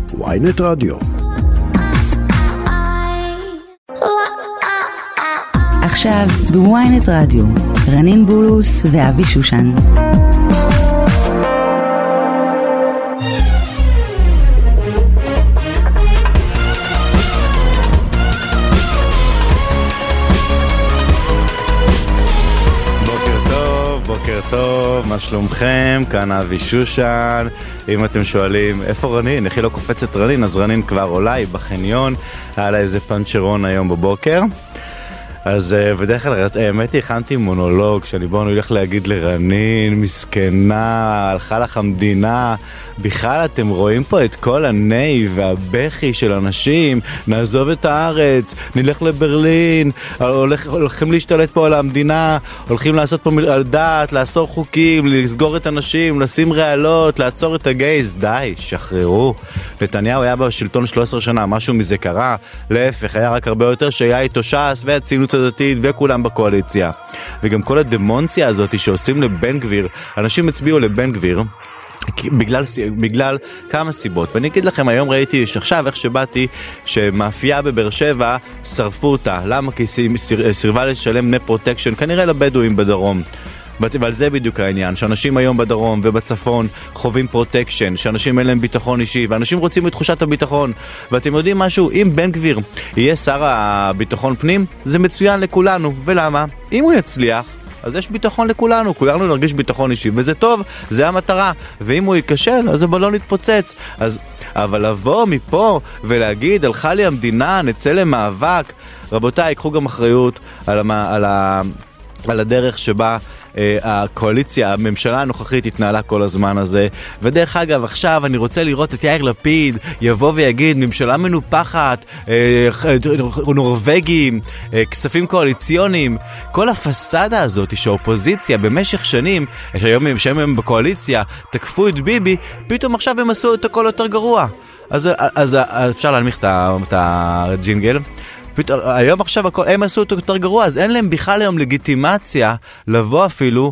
ynet רדיו. עכשיו בוויינט רדיו, רנין בולוס ואבי שושן. בוקר טוב, מה שלומכם? כאן אבי שושן. אם אתם שואלים איפה רנין, איך היא לא קופצת רנין, אז רנין כבר עולה, היא בחניון, היה לה איזה פנצ'רון היום בבוקר. אז בדרך כלל, האמת היא, הכנתי מונולוג שאני הולך להגיד לרנין, מסכנה, הלכה לך המדינה. בכלל אתם רואים פה את כל הני והבכי של אנשים, נעזוב את הארץ, נלך לברלין, הולכים להשתלט פה על המדינה, הולכים לעשות פה על דת, לאסור חוקים, לסגור את אנשים, לשים רעלות, לעצור את הגייז. די, שחררו. נתניהו היה בשלטון 13 שנה, משהו מזה קרה, להפך, היה רק הרבה יותר שהיה איתו ש"ס והציונות הדתית וכולם בקואליציה. וגם כל הדמונציה הזאת שעושים לבן גביר, אנשים הצביעו לבן גביר בגלל כמה סיבות, ואני אגיד לכם, היום ראיתי שעכשיו איך שבאתי שמאפייה בבאר שבע שרפו אותה. למה? כי סירבה לשלם דמי פרוטקשן כנראה לבדואים בדרום. ועל זה בדיוק העניין, שאנשים היום בדרום ובצפון חווים פרוטקשן, שאנשים אין להם ביטחון אישי, ואנשים רוצים את תחושת הביטחון. ואתם יודעים משהו? אם בן גביר יהיה שר הביטחון פנים, זה מצוין לכולנו. ולמה? אם הוא יצליח, אז יש ביטחון לכולנו, כולנו נרגיש ביטחון אישי, וזה טוב, זה המטרה. ואם הוא ייכשל, אז הבלון יתפוצץ. אבל לבוא מפה ולהגיד, הלכה לי המדינה, נצא למאבק, רבותיי, קחו גם אחריות על הדרך שבה הקואליציה, הממשלה הנוכחית התנהלה כל הזמן הזה. ודרך אגב, עכשיו אני רוצה לראות את יאיר לפיד יבוא ויגיד, ממשלה מנופחת, נורווגים, כספים קואליציוניים, כל הפסדה הזאת שהאופוזיציה במשך שנים, שהיום הם בקואליציה, תקפו את ביבי, פתאום עכשיו הם עשו את הכל יותר גרוע. אז אפשר להנמיך את הג'ינגל. היום עכשיו הם עשו אותו יותר גרוע, אז אין להם בכלל היום לגיטימציה לבוא אפילו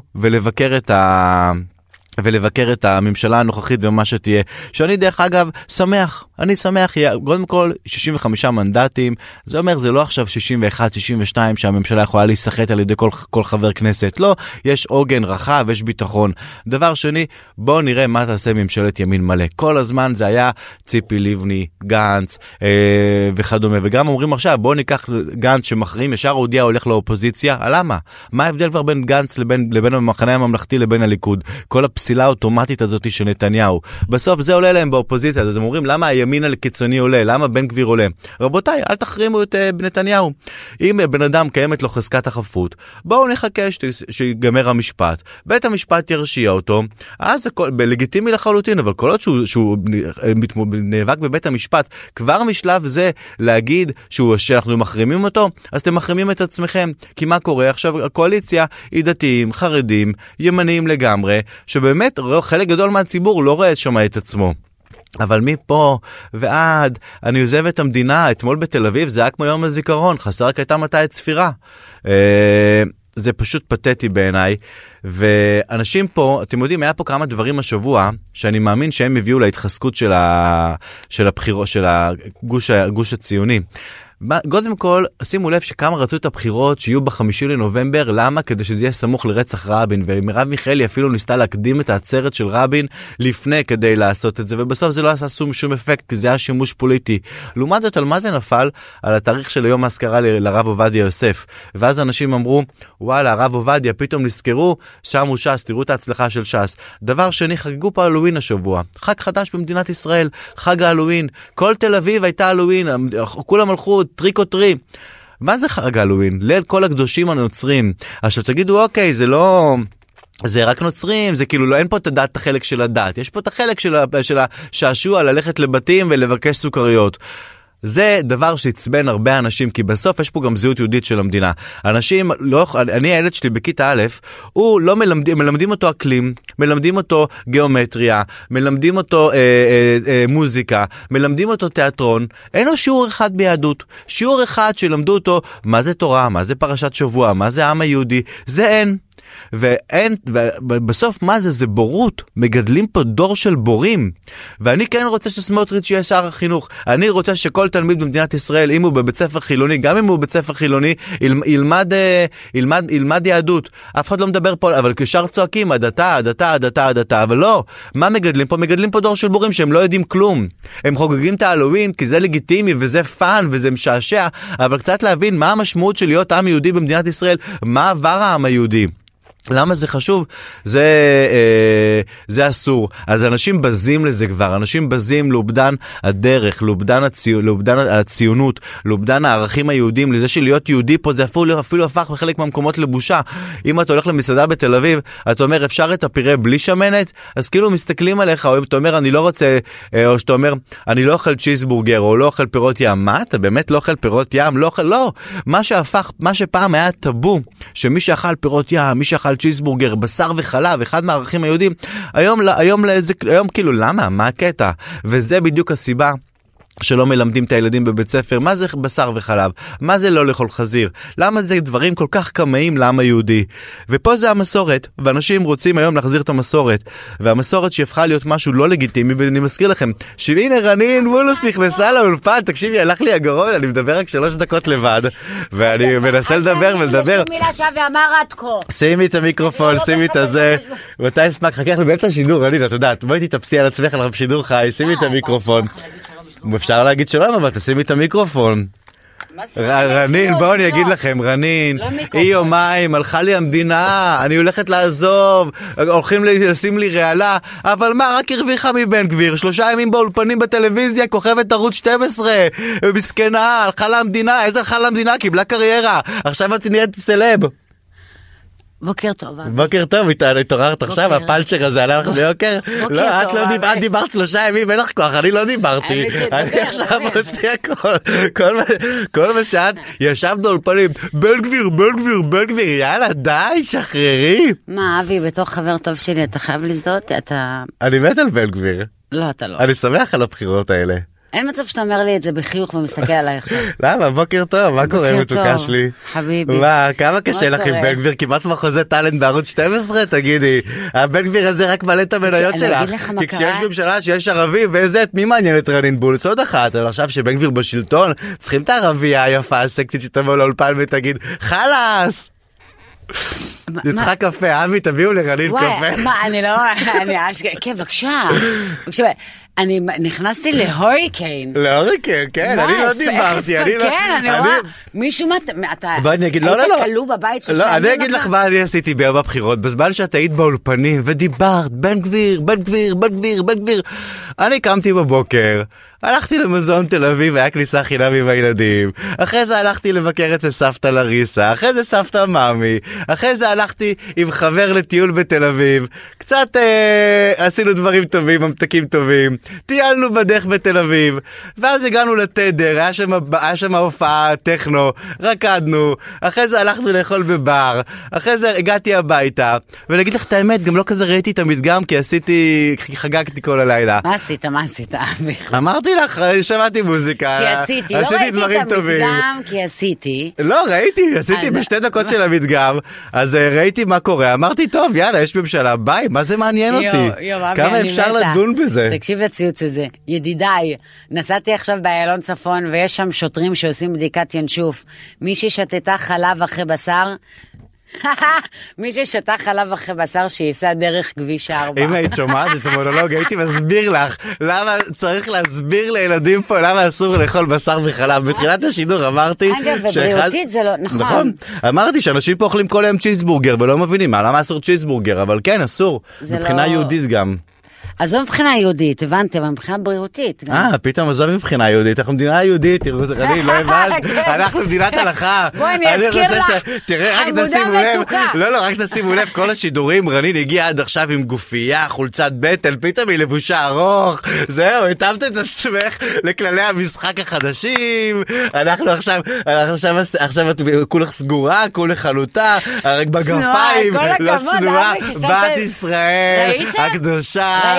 ולבקר את הממשלה הנוכחית ומה שתהיה. שאני דרך אגב שמח, אני שמח, קודם כל 65 מנדטים, זה אומר זה לא עכשיו 61, 62 שהממשלה יכולה להיסחט על ידי כל חבר כנסת, לא, יש עוגן רחב, יש ביטחון. דבר שני, בואו נראה מה תעשה ממשלת ימין מלא. כל הזמן זה היה ציפי לבני, גנץ וכדומה, וגם אומרים עכשיו, בואו ניקח גנץ שמחרים, ישר הודיע הולך לאופוזיציה, למה? מה ההבדל כבר בין גנץ לבין המחנה הממלכתי לבין הליכוד? כל הפסילה האוטומטית הזאת של נתניהו. בסוף זה עולה להם באופוזיציה, אז הם אומרים, למה הימין הקיצוני עולה? למה בן גביר עולה? רבותיי, אל תחרימו את נתניהו. אם בן אדם קיימת לו חזקת החפות, בואו נחכה שיגמר המשפט. בית המשפט ירשיע אותו, אז זה לגיטימי לחלוטין, אבל כל עוד שהוא נאבק בבית המשפט, כבר משלב זה להגיד שאנחנו מחרימים אותו, אז אתם מחרימים את עצמכם. כי מה קורה? עכשיו הקואליציה היא דתיים, חרדים, ימניים לגמרי, שבאמת חלק גדול מהציבור לא רואה שומע את עצמו. אבל מפה ועד, אני עוזב את המדינה. אתמול בתל אביב זה היה כמו יום הזיכרון, חסר רק הייתה מתי צפירה. זה פשוט פתטי בעיניי. ואנשים פה, אתם יודעים, היה פה כמה דברים השבוע, שאני מאמין שהם הביאו להתחזקות של הבחירות, של הגוש הציוני. קודם כל, שימו לב שכמה רצו את הבחירות שיהיו ב5 לנובמבר, למה? כדי שזה יהיה סמוך לרצח רבין, ומרב מיכאלי אפילו ניסתה להקדים את העצרת של רבין לפני כדי לעשות את זה, ובסוף זה לא עשה שום אפקט, כי זה היה שימוש פוליטי. לעומת זאת, על מה זה נפל? על התאריך של יום ההזכרה לרב עובדיה יוסף. ואז אנשים אמרו, וואלה, הרב עובדיה, פתאום נזכרו, שם הוא ש"ס, תראו את ההצלחה של ש"ס. דבר שני, חגגו פה הלווין השבוע. חג חדש במדינת ישראל, חג ההלווין. כל תל אביב הייתה הלווין, כולם הלכו טריק או טרי. מה זה חג הלווין? ליל כל הקדושים הנוצרים. עכשיו תגידו, אוקיי, זה לא... זה רק נוצרים, זה כאילו לא, אין פה את הדת, את החלק של הדת. יש פה את החלק של השעשוע, ללכת לבתים ולבקש סוכריות. זה דבר שהצבן הרבה אנשים, כי בסוף יש פה גם זהות יהודית של המדינה. אנשים, אני הילד שלי בכיתה א', הוא לא מלמדים אותו אקלים, מלמדים אותו גיאומטריה, מלמדים אותו מוזיקה, מלמדים אותו תיאטרון. אין לו שיעור אחד ביהדות. שיעור אחד שלמדו אותו, מה זה תורה, מה זה פרשת שבוע, מה זה העם היהודי, זה אין. ואין, בסוף מה זה? זה בורות. מגדלים פה דור של בורים. ואני כן רוצה שסמוטריץ' יהיה שר החינוך. אני רוצה שכל תלמיד במדינת ישראל, אם הוא בבית ספר חילוני, גם אם הוא בבית ספר חילוני, ילמד יהדות. אף אחד לא מדבר פה, אבל כשאר צועקים, הדתה, אבל לא. מה מגדלים פה? מגדלים פה דור של בורים שהם לא יודעים כלום. הם חוגגים את ההלווין, כי זה לגיטימי וזה פאן וזה משעשע, אבל קצת להבין מה המשמעות של להיות עם יהודי במדינת ישראל, מה עבר העם היהודי. למה זה חשוב? זה אסור. אז אנשים בזים לזה כבר, אנשים בזים לאובדן הדרך, לאובדן הציונות, לאובדן הערכים היהודים, לזה שלהיות יהודי פה זה אפילו הפך בחלק מהמקומות לבושה. אם אתה הולך למסעדה בתל אביב, אתה אומר אפשר את הפירה בלי שמנת, אז כאילו מסתכלים עליך, או אתה אומר אני לא רוצה, או שאתה אומר אני לא אוכל צ'יזבורגר, או לא אוכל פירות ים. מה? אתה באמת לא אוכל פירות ים? לא אוכל, לא. מה שפעם היה טאבו, שמי שאכל פירות ים, מי שאכל צ'יזבורגר, בשר וחלב, אחד מהערכים היהודים, היום כאילו למה? מה הקטע? וזה בדיוק הסיבה שלא מלמדים את הילדים בבית ספר, מה זה בשר וחלב? מה זה לא לאכול חזיר? למה זה דברים כל כך קמאים לעם היהודי? ופה זה המסורת, ואנשים רוצים היום להחזיר את המסורת, והמסורת שהפכה להיות משהו לא לגיטימי, ואני מזכיר לכם, שהנה רנין בולוס נכנסה לאולפן, תקשיבי, הלך לי הגרון, אני מדבר רק 3 דקות לבד, ואני מנסה לדבר ולדבר. מילה שווה אמר עד כה. שימי את המיקרופון, שימי את הזה, מתי הספק, חכה לך באמצע השידור, רנין, את יודעת, בואי תתאפסי על עצמך על שידור חי, שימי את המיקרופון. אפשר להגיד שלום, אבל תשימי את המיקרופון. רנין, בואו אני אגיד לכם, רנין, היא יומיים, הלכה לי המדינה, אני הולכת לעזוב, הולכים לשים לי רעלה, אבל מה, רק הרוויחה מבן גביר, 3 ימים באולפנים בטלוויזיה, כוכבת ערוץ 12, מסכנה, הלכה למדינה, איזה הלכה למדינה? קיבלה קריירה, עכשיו את נהיית סלב. בוקר טוב. בוקר טוב, התעוררת עכשיו, הפלצ'ר הזה עלה לך ביוקר? לא, את דיברת 3 ימים, אין לך כוח, אני לא דיברתי. אני עכשיו מוציא הכל. כל מה שאת ישבת אולפנים, בן גביר, יאללה, די, שחררי. מה, אבי, בתור חבר טוב שלי, אתה חייב לזדות? אני מת על בן גביר. לא, אתה לא. אני שמח על הבחירות האלה. אין מצב שאתה אומר לי את זה בחיוך ומסתכל עליי עכשיו. למה? בוקר טוב, מה קורה מתוקה שלי? חביבי. מה, כמה קשה לך עם בן גביר? כמעט מחוזה טלנט בערוץ 12? תגידי, הבן גביר הזה רק מלא את המניות שלך. כי כשיש ממשלה שיש ערבי, ואיזה, מי מעניין את רנין בולוס? עוד אחת, אבל עכשיו שבן גביר בשלטון, צריכים את הערבייה היפה, הסקטית שתבוא לאולפן ותגיד, חלאס! נצחה קפה, אבי, תביאו לרנין קפה. מה, אני לא... כן, בבקשה. אני נכנסתי להוריקן. להוריקן, כן, אני לא דיברתי. כן, אני רואה, מישהו אתה... בואי אני אגיד, לא. היית כלוא בבית ששאלים לך? לא, אני אגיד לך מה אני עשיתי ביום הבחירות, בזמן שאת היית באולפנים ודיברת, בן גביר. אני קמתי בבוקר, הלכתי למוזיאון תל אביב, היה כניסה חינם עם הילדים, אחרי זה הלכתי לבקר אצל סבתא לריסה, אחרי זה סבתא מאמי, אחרי זה הלכתי עם חבר לטיול בתל אביב, קצת עשינו דברים טובים, ממתקים טובים, טיילנו בדרך בתל אביב, ואז הגענו לתדר, היה שם הופעה טכנו, רקדנו, אחרי זה הלכנו לאכול בבר, אחרי זה הגעתי הביתה, ולהגיד לך את האמת, גם לא כזה ראיתי את המדגם, כי חגגתי כל הלילה. מה עשית? אמרתי לך, שמעתי מוזיקה, עשיתי דברים טובים. לא ראיתי את המדגם, כי עשיתי. לא, עשיתי ב2 דקות של המדגם, אז ראיתי מה קורה, אמרתי, טוב, יאללה, יש ממשלה, ביי, מה זה מעניין אותי? כמה אפשר לדון בזה? תקשיב לציוץ הזה, ידידיי, נסעתי עכשיו באיילון צפון, ויש שם שוטרים שעושים בדיקת ינשוף, מי ששתתה חלב אחרי בשר, מי ששתה חלב אחרי בשר שייסע דרך כביש 4. אם היית שומעת את המונולוג, הייתי מסביר לך למה צריך להסביר לילדים פה למה אסור לאכול בשר וחלב. בתחילת השידור אמרתי... אגב, ובריאותית זה לא... נכון. אמרתי שאנשים פה אוכלים כל היום צ'יזבורגר ולא מבינים למה אסור צ'יזבורגר, אבל כן, אסור. מבחינה יהודית גם. עזוב מבחינה יהודית, הבנתי, אבל מבחינה בריאותית. פתאום עזוב מבחינה יהודית, אנחנו מדינה יהודית, תראו, אני לא הבנת, אנחנו מדינת הלכה. בואי אני אזכיר לך, תראה, רק תשימו לב, כל השידורים, רנין הגיע עד עכשיו עם גופייה, חולצת בטן, פתאום היא לבושה ארוך, זהו, התאמת את עצמך לכללי המשחק החדשים, אנחנו עכשיו את כולך סגורה, כולך חלוטה, רק בגפיים, לא צנועה, בת ישראל, הקדושה,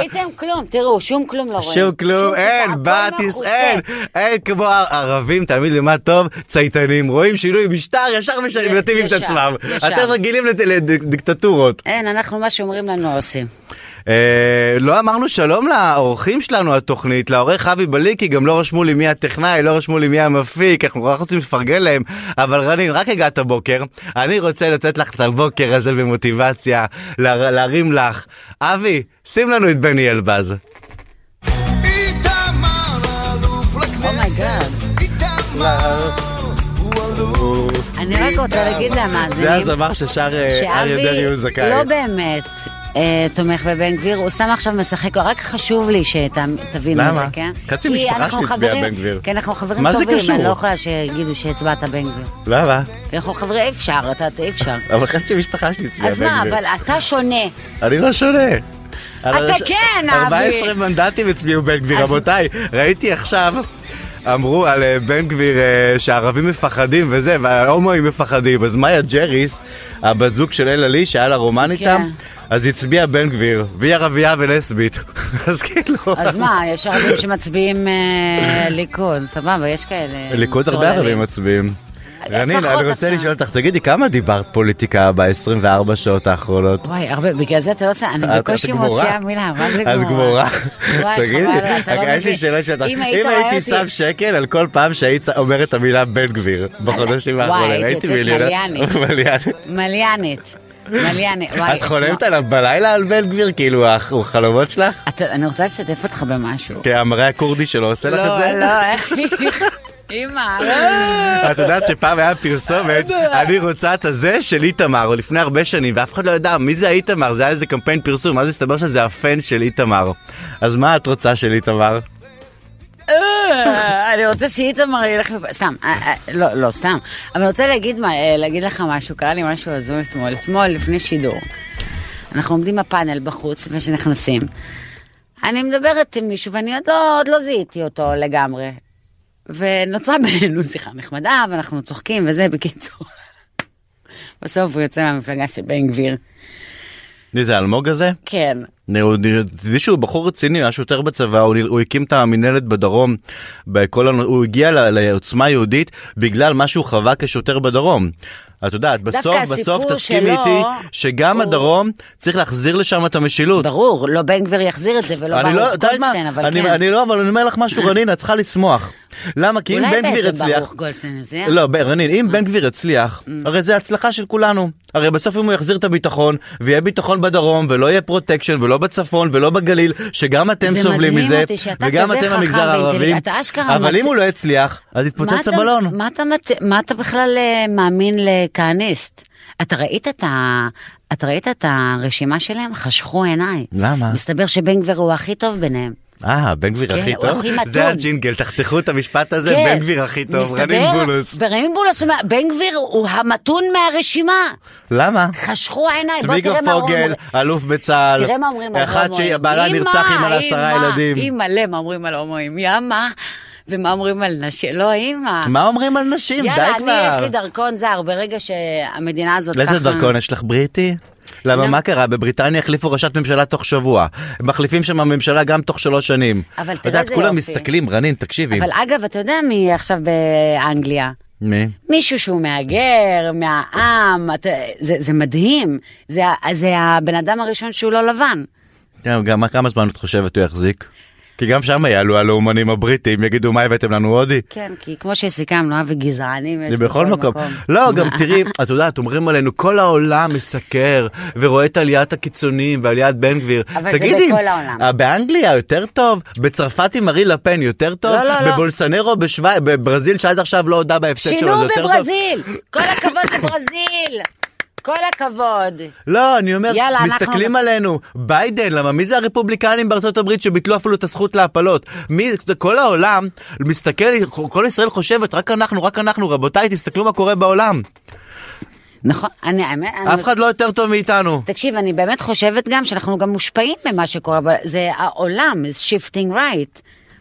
ראיתם כלום, תראו, שום כלום לא רואים. שום כלום, אין, באטיס, אין כמו ערבים, תמיד למה טוב, צייתנים, רואים שינוי משטר, ישר מתאימים את עצמם. אתם רגילים לדיקטטורות. אין, אנחנו מה שאומרים לנו עושים. לא אמרנו שלום לאורחים שלנו התוכנית, לעורך אבי בליקי, גם לא רשמו לי מי הטכנאי, לא רשמו לי מי המפיק, אנחנו רק רוצים לפרגן להם, אבל רנין, רק הגעת בוקר, אני רוצה לצאת לך את הבוקר הזה במוטיבציה, להרים לך. אבי, שים לנו את בני אלבז. אני רק רוצה להגיד למאזינים, זה הזמר ששר אריה דרעי הוא זכאי. לא באמת תומך בבן גביר, הוא סתם עכשיו משחק, רק חשוב לי שתבינו את זה, כן? חצי משפחה שהצביע בן גביר. כן, אנחנו חברים טובים, אני לא יכולה שיגידו שהצבעת בן גביר. למה? כי אנחנו חברים, אי אפשר, אפשר. אבל חצי משפחה שהצביע בן גביר. אז מה, אבל אתה שונה. אני לא שונה. אתה כן, אבי. 14 מנדטים הצביעו בן גביר, רבותיי. ראיתי עכשיו, אמרו על בן גביר שהערבים מפחדים וזה, וההומואים מפחדים. אז מאיה ג'ריס, הבת זוג של אלה לי, שהיה לה רומן איתם, אז הצביע בן גביר, והיא ערבייה ולסבית. אז כאילו... אז מה, יש ערבים שמצביעים ליכוד, סבבה, יש כאלה... ליכוד הרבה ערבים מצביעים. רנין, אני רוצה לשאול אותך, תגידי, כמה דיברת פוליטיקה ב-24 שעות האחרונות? וואי, הרבה, בגלל זה אתה לא עושה, אני בקושי מוציאה מילה, מה זה גמורה? אז גמורה. וואי, חבל, אתה לא מבין. יש לי שאלה שאתה, אם הייתי שם שקל על כל פעם שהיית אומרת המילה בן גביר, בחודשים האחרונים, הייתי מליינית. את חולמת עליו בלילה על בן גביר? כאילו, החלומות שלך? אני רוצה לשתף אותך במשהו. כי המראה הקורדי שלו עושה לך את זה? לא, אמא. את יודעת שפעם היה פרסומת, אני רוצה את הזה של איתמר, לפני הרבה שנים, ואף אחד לא ידע מי זה איתמר, זה היה איזה קמפיין פרסום, אז הסתבר שזה הפן של איתמר. אז מה את רוצה של איתמר? אני רוצה שאיתמר ילך... סתם, לא סתם, אבל אני רוצה להגיד לך משהו, קרה לי משהו הזוי אתמול לפני שידור. אנחנו עומדים בפאנל בחוץ לפני שנכנסים. אני מדברת עם מישהו ואני עוד לא זיהיתי אותו לגמרי. ונוצרה בינינו שיחה נחמדה, ואנחנו צוחקים וזה, בקיצור. בסוף הוא יוצא מהמפלגה של בן גביר. זה אלמוג הזה? כן. תדעי שהוא בחור רציני, היה שוטר בצבא, הוא הקים את המנהלת בדרום, הוא הגיע לעוצמה יהודית בגלל מה שהוא חווה כשוטר בדרום. את יודעת, בסוף תסכים איתי שגם הדרום צריך להחזיר לשם את המשילות. ברור, לא בן גביר יחזיר את זה ולא ברוך גולדשטיין, אבל כן. אבל אני אומר לך משהו, רנין, את צריכה לשמוח. למה? כי אם בן גביר הצליח... אולי בעצם ברוך גולדשטיין הזה? לא, רנין, אם בן גביר הצליח, הרי זה הצלחה של כולנו. הרי בסוף אם הוא יחזיר את הביטחון, ויהיה ביטחון בדרום, ולא יהיה פרוטקשן, ולא בצפון, ולא בגליל, שגם אתם סובלים מזה, וגם אתם המגזר הערבי. אבל אם הוא לא יצליח, אז יתפוצץ הבלון. מה אתה בכלל מאמין לכהניסט? אתה ראית את הרשימה שלהם? חשכו עיניי. למה? מסתבר שבן גביר הוא הכי טוב ביניהם. בן גביר הכי טוב? זה הג'ינגל, תחתכו את המשפט הזה, בן גביר הכי טוב, רנין בולוס. ברנין בולוס, בן גביר הוא המתון מהרשימה. למה? חשכו עיניי, בוא צביקה פוגל, אלוף בצה"ל, תראה מה אומרים על הומואים. אחד שבעלה נרצח עם 10 ילדים. אימא, מה אומרים על הומואים? ימה. ומה אומרים על נשים? לא, אימא. מה אומרים על נשים? די כבר. יאללה, יש לי דרכון זר, ברגע שהמדינה הזאת ככה... לאיזה דרכון יש לך, בריטי? למה מה קרה? בבריטניה החליפו ראשת ממשלה תוך שבוע. הם מחליפים שם הממשלה גם תוך 3 שנים. אבל תראה זה יופי. כולם מסתכלים, רנין, תקשיבי. אבל אגב, אתה יודע מי עכשיו באנגליה? מי? מישהו שהוא מהגר, מהעם, זה מדהים. זה הבן אדם הראשון שהוא לא לבן. גם כמה זמן את חושבת הוא יחזיק? כי גם שם יעלו הלאומנים הבריטים, יגידו מה הבאתם לנו הודי? כן, כי כמו שסיכמנו, וגזענים יש בכל מקום. לא, גם תראי, את יודעת, אומרים עלינו, כל העולם מסקר, ורואה את עליית הקיצונים ועליית בן גביר. אבל זה בכל העולם. באנגליה יותר טוב, בצרפת עם מרי לפן יותר טוב, בבולסנרו בברזיל שעד עכשיו לא הודע בהפסד שלו, זה יותר טוב. שינו בברזיל! כל הכבוד לברזיל! כל הכבוד. לא, אני אומר, מסתכלים עלינו. ביידן, למה? מי זה הרפובליקנים בארצות הברית שביטלו אפילו את הזכות להפלות? כל העולם מסתכל, כל ישראל חושבת, רק אנחנו, רבותיי, תסתכלו מה קורה בעולם. נכון, אף אחד לא יותר טוב מאיתנו. תקשיב, אני באמת חושבת גם שאנחנו גם מושפעים ממה שקורה, זה העולם, is shifting right.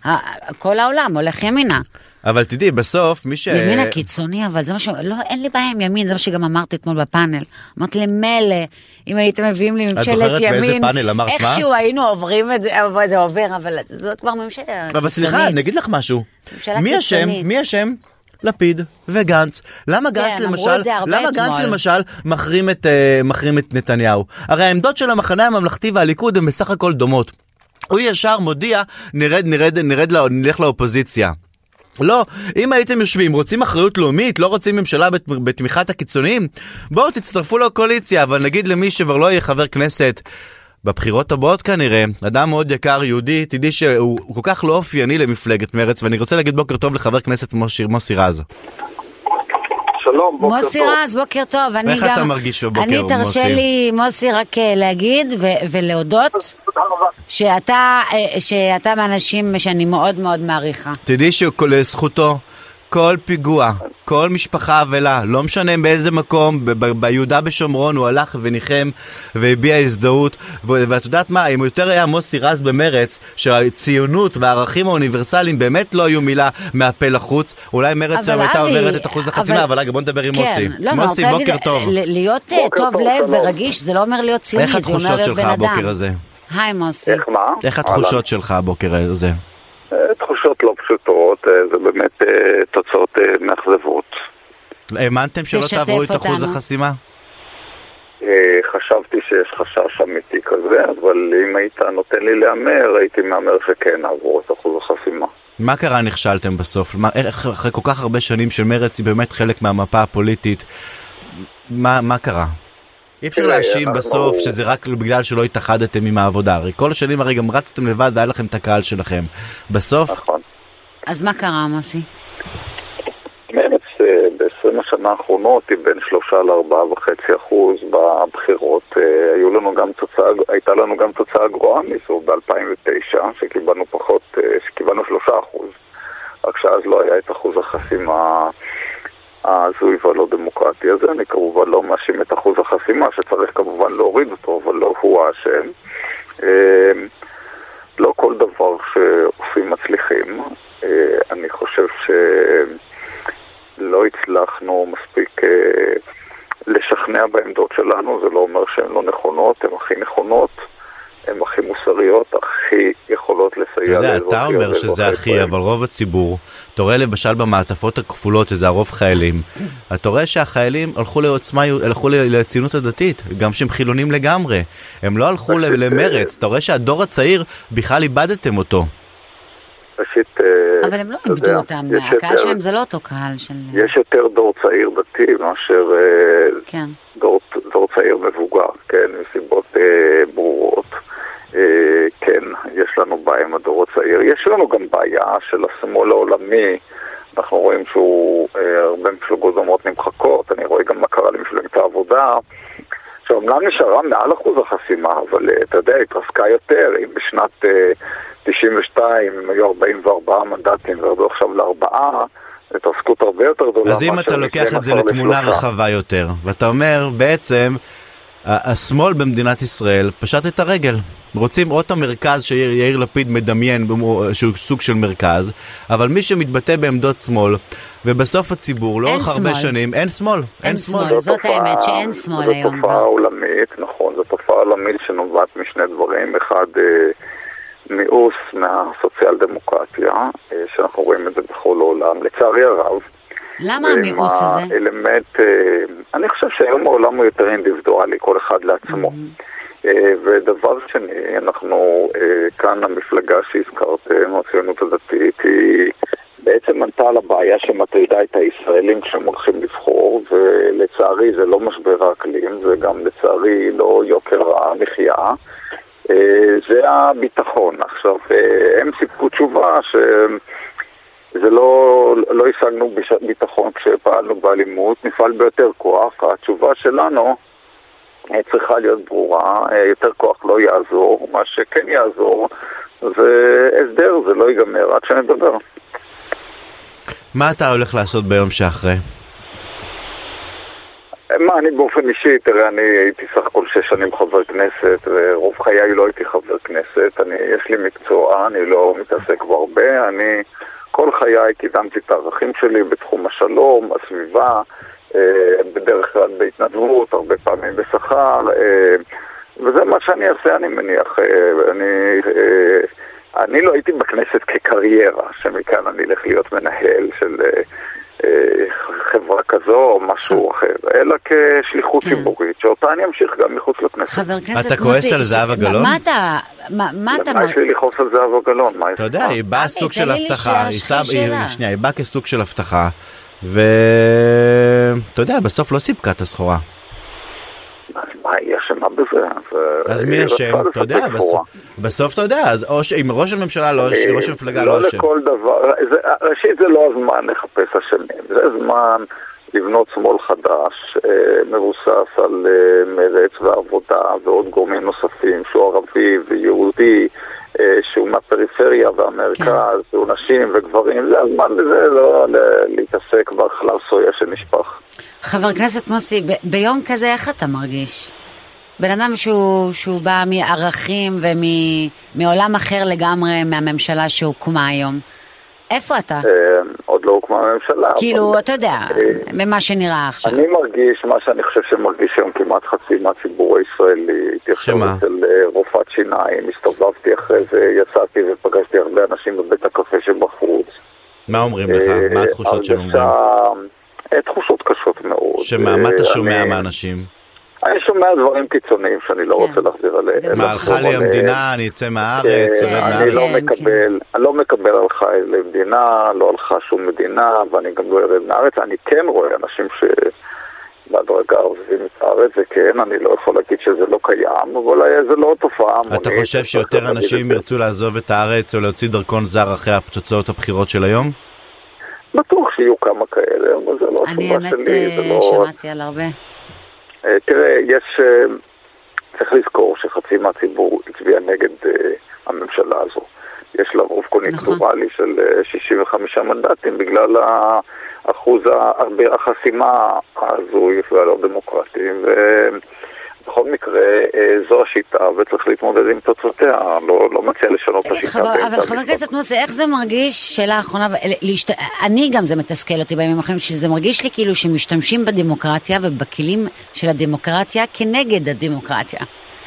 כל העולם הולך ימינה. אבל תדעי, בסוף מי ימין הקיצוני, אבל זה מה לא, אין לי בעיה עם ימין, זה מה שגם אמרתי אתמול בפאנל. אמרתי למלא, אם הייתם מביאים לי ממשלת ימין, איכשהו היינו עוברים את זה, זה עובר, אבל זה כבר ממשלת קיצונית. אבל סליחה, נגיד לך משהו. מי אשם? לפיד וגנץ. למה גנץ למשל מחרים את נתניהו? הרי העמדות של המחנה הממלכתי והליכוד הן בסך הכל דומות. הוא ישר מודיע, נלך לאופוזיציה. לא, אם הייתם יושבים, רוצים אחריות לאומית, לא רוצים ממשלה בתמיכת הקיצוניים, בואו תצטרפו לקואליציה, אבל נגיד למי שבר לא יהיה חבר כנסת בבחירות הבאות כנראה, אדם מאוד יקר, יהודי, תדעי שהוא כל כך לא אופייני למפלגת מרץ, ואני רוצה להגיד בוקר טוב לחבר כנסת מוסי רז. שלום, בוקר טוב. מוסי רז, בוקר טוב. איך אתה מרגיש בבוקר, מוסי? אני תרשה לי, מוסי, רק להגיד ולהודות שאתה מאנשים שאני מאוד מאוד מעריכה. תדעי שלזכותו, כל פיגוע, כל משפחה אבלה, לא משנה באיזה מקום, ביהודה בשומרון הוא הלך וניחם והביע הזדהות, ואת יודעת מה, אם הוא יותר היה מוסי רז במרץ, שהציונות והערכים האוניברסליים באמת לא היו מילה מהפה לחוץ, אולי מרץ שם הייתה עוברת את אחוז החסימה, אבל רגע בוא נדבר עם מוסי. מוסי, בוקר טוב. להיות טוב לב ורגיש זה לא אומר להיות ציוני, זה אומר להיות בן אדם. איך התחושות שלך הבוקר הזה? היי מוסי. איך מה? איך התחושות שלך הבוקר הזה? תחושות לא פשוטות, זה באמת תוצאות מאכזבות. האמנתם שלא תעברו את אחוז החסימה? חשבתי שיש חשש אמיתי כזה, אבל אם היית נותן לי לאמר, הייתי מאמר שכן נעבור את אחוז החסימה. מה קרה נכשלתם בסוף? אחרי כל כך הרבה שנים של מרץ היא באמת חלק מהמפה הפוליטית, מה קרה? אי אפשר להאשים בסוף שזה רק בגלל שלא התאחדתם עם העבודה. הרי כל השנים הרי גם רצתם לבד והיה לכם את הקהל שלכם. בסוף... נכון. אז מה קרה, מוסי? מרץ ב-20 השנה האחרונות היא בין 3-4.5% בבחירות. הייתה לנו גם תוצאה גרועה מזו ב-2009, שקיבלנו 3%. רק שאז לא היה את אחוז החסימה הזוי והלא דמוקרטי הזה. אני כמובן לא מאשים את אחוז החסימה, שצריך כמובן להוריד אותו, אבל לא הוא האשם. לא כל דבר שעושים מצליחים. אני חושב שלא הצלחנו מספיק לשכנע בעמדות שלנו, זה לא אומר שהן לא נכונות, הן הכי נכונות, הן הכי מוסריות, הכי יכולות לסייע. אתה יודע, אתה אומר שזה הכי, אבל רוב הציבור, אתה רואה למשל במעטפות הכפולות, איזה הרוב חיילים, אתה רואה שהחיילים הלכו לציונות הדתית, גם שהם חילונים לגמרי, הם לא הלכו למרץ, אתה רואה שהדור הצעיר בכלל איבדתם אותו. אבל הם לא איבדו אותם, הקהל שלהם זה לא אותו קהל של... יש יותר דור צעיר דתי מאשר דור צעיר מבוגר, כן, מסיבות ברורות. כן, יש לנו בעיה עם הדור הצעיר. יש לנו גם בעיה של השמאל העולמי. אנחנו רואים שהוא הרבה מפלגות דומות נמחקות. אני רואה גם מה קרה למפלגת העבודה. שאומנם נשארה מעל אחוז החסימה, אבל אתה יודע, התרסקה יותר. אם בשנת 92 היו 44 מנדטים וירדו עכשיו ל4, התרסקות הרבה יותר גדולה. אז אם אתה לוקח את זה לתמונה רחבה יותר, ואתה אומר בעצם השמאל במדינת ישראל פשט את הרגל. רוצים עוד המרכז שיאיר לפיד מדמיין שהוא סוג של מרכז, אבל מי שמתבטא בעמדות שמאל, ובסוף הציבור לאורך הרבה שנים, אין שמאל. אין שמאל. זאת האמת שאין שמאל היום. זו תופעה עולמית, נכון, זו תופעה עולמית שנובעת משני דברים. אחד, מיאוס מהסוציאל דמוקרטיה, שאנחנו רואים את זה בכל העולם. לצערי הרב. למה המיאוס הזה? אני חושב שהיום העולם הוא יותר אינדיבידואלי, כל אחד לעצמו. ודבר שני, אנחנו כאן המפלגה שהזכרתם, הציונות הדתית, היא בעצם ענתה על הבעיה שמטרידה את הישראלים כשהם הולכים לבחור, ולצערי זה לא משבר האקלים, זה גם לצערי לא יוקר המחיה, זה הביטחון. עכשיו, הם סיפקו תשובה זה לא השגנו ביטחון כשפעלנו באלימות, נפעל ביותר כוח. התשובה שלנו צריכה להיות ברורה, יותר כוח לא יעזור, מה שכן יעזור זה הסדר, זה לא ייגמר עד שנדבר. מה אתה הולך לעשות ביום שאחרי? מה, אני באופן אישי, תראה, אני הייתי סך הכל 6 שנים חבר כנסת, ורוב חיי לא הייתי חבר כנסת. יש לי מקצוע, אני לא מתעסק בהרבה, אני כל חיי קידמתי את הערכים שלי בתחום השלום, הסביבה, בדרך כלל בהתנדבות, הרבה פעמים בשכר, וזה מה שאני אעשה, אני מניח. אני לא הייתי בכנסת כקריירה, שמכאן אני אלך להיות מנהל של חברה כזו או משהו אחר, אלא כשליחות ציבורית, שאותה אני אמשיך גם מחוץ לכנסת. חבר כנסת אתה כועס על זהבה גלאון? מה אתה... מה יש לי לכעוס על זהבה גלאון? אתה יודע, היא באה סוג של הבטחה, היא באה כסוג של הבטחה, ואתה יודע, בסוף לא סיפקה את הסחורה. מה היא אשמה בזה? אז מי אשם? אתה יודע, בסוף אתה יודע, אז אם ראש הממשלה לא אשם, ראש המפלגה לא אשם. לא לכל דבר, ראשית זה לא הזמן לחפש אשמים, זה הזמן לבנות שמאל חדש, מבוסס על מרץ ועבודה ועוד גורמים נוספים, שהוא ערבי ויהודי, שהוא מהפריפריה והמרכז, שהוא נשים וגברים, זה הזמן בזה לא להתעסק בחלב סויה שנשפך. חבר הכנסת מוסי, ביום כזה איך אתה מרגיש? בן אדם שהוא בא מערכים ומעולם אחר לגמרי מהממשלה שהוקמה היום. איפה אתה? עוד לא הוקמה הממשלה. כאילו, אתה יודע, ממה שנראה עכשיו. אני מרגיש מה שאני חושב שמרגיש היום כמעט חצי מהציבור הישראלי. שמה? התייחסתי אצל רופאת שיניים, הסתובבתי אחרי זה, יצאתי ופגשתי הרבה אנשים בבית הקפה שבחוץ. מה אומרים לך? מה התחושות שהם אומרים? תחושות קשות מאוד. שמה? מה אתה שומע מהאנשים? אני שומע דברים קיצוניים שאני לא רוצה להחזיר עליהם. מה, הלכה לי המדינה, אני אצא מהארץ, אני לא מקבל הלכה למדינה, לא הלכה שום מדינה, ואני גם לא ארד מהארץ. אני כן רואה אנשים שבהדרגה עוזבים את הארץ, זה כן, אני לא יכול להגיד שזה לא קיים, אבל זה לא תופעה המונית. אתה חושב שיותר אנשים ירצו לעזוב את הארץ או להוציא דרכון זר אחרי תוצאות הבחירות של היום? בטוח שיהיו כמה כאלה, אבל זה לא התשובה שלי. אני באמת שמעתי על הרבה. תראה, צריך לזכור שחצי מהציבור הצביע נגד הממשלה הזו. יש לה רוב קוניונקטורלי של 65 מנדטים בגלל אחוז החסימה הזו והלא דמוקרטיים. בכל מקרה, זו השיטה וצריך להתמודד עם תוצאותיה, לא מציע לשנות את השיטה. אבל חבר הכנסת מוסי, איך זה מרגיש, שאלה האחרונה, אני גם זה מתסכל אותי בימים האחרונים, שזה מרגיש לי כאילו שמשתמשים בדמוקרטיה ובכלים של הדמוקרטיה כנגד הדמוקרטיה.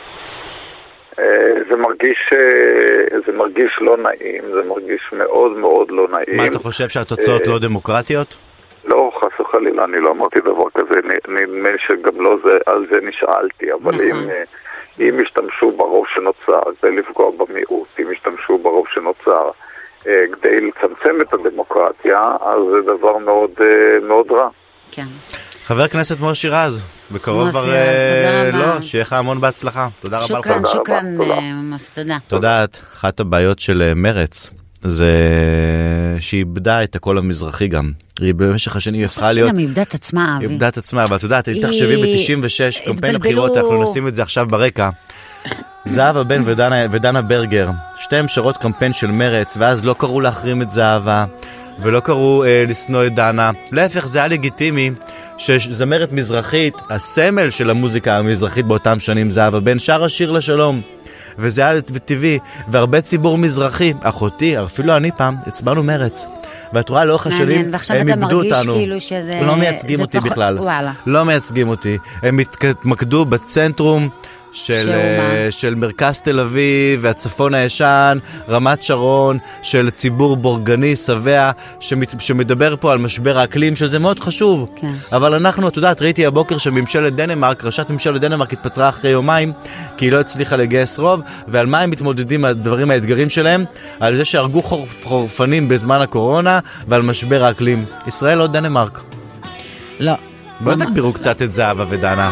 זה מרגיש לא נעים, זה מרגיש מאוד מאוד לא נעים. מה, אתה חושב שהתוצאות לא דמוקרטיות? לא, חס וחלילה, אני לא אמרתי דבר כזה, נדמה שגם לא על זה נשאלתי, אבל אם ישתמשו ברוב שנוצר כדי לפגוע במיעוט, אם ישתמשו ברוב שנוצר כדי לצמצם את הדמוקרטיה, אז זה דבר מאוד מאוד רע. כן. חבר הכנסת משה רז, בקרוב כבר לא, שיהיה לך המון בהצלחה. תודה רבה לך. שוקרן, מוסי, תודה. תודה, אחת הבעיות של מרץ זה שהיא איבדה את הקול המזרחי גם. היא במשך השני הפכה להיות... היא איבדה את עצמה, אבי. איבדה את עצמה, אבל את יודעת, תחשבי ב-96, קמפיין הבחירות, אנחנו נשים את זה עכשיו ברקע. זהבה בן ודנה ברגר, שתיהם שרות קמפיין של מרץ, ואז לא קראו להחרים את זהבה, ולא קראו לשנוא את דנה. להפך, זה היה לגיטימי שזמרת מזרחית, הסמל של המוזיקה המזרחית באותם שנים, זהבה בן, שר השיר לשלום. וזה היה טבעי, והרבה ציבור מזרחי, אחותי, אפילו אני פעם, הצבענו מרץ. ואת רואה לאורך השנים, הם איבדו אותנו. לא מייצגים אותי בכלל. לא מייצגים אותי. הם התמקדו בצנטרום של מרכז תל אביב והצפון הישן, רמת שרון, של ציבור בורגני, שבע, שמדבר פה על משבר האקלים, שזה מאוד חשוב. כן. אבל אנחנו, את יודעת, ראיתי הבוקר שממשלת דנמרק, ראשת ממשלת דנמרק התפטרה אחרי יומיים, כי היא לא הצליחה לגייס רוב, ועל מה הם מתמודדים הדברים, האתגרים שלהם? על זה שהרגו חורפנים בזמן הקורונה, ועל משבר האקלים. ישראל לא דנמרק. לא. בואו תגבירו קצת את זהבה ודנה.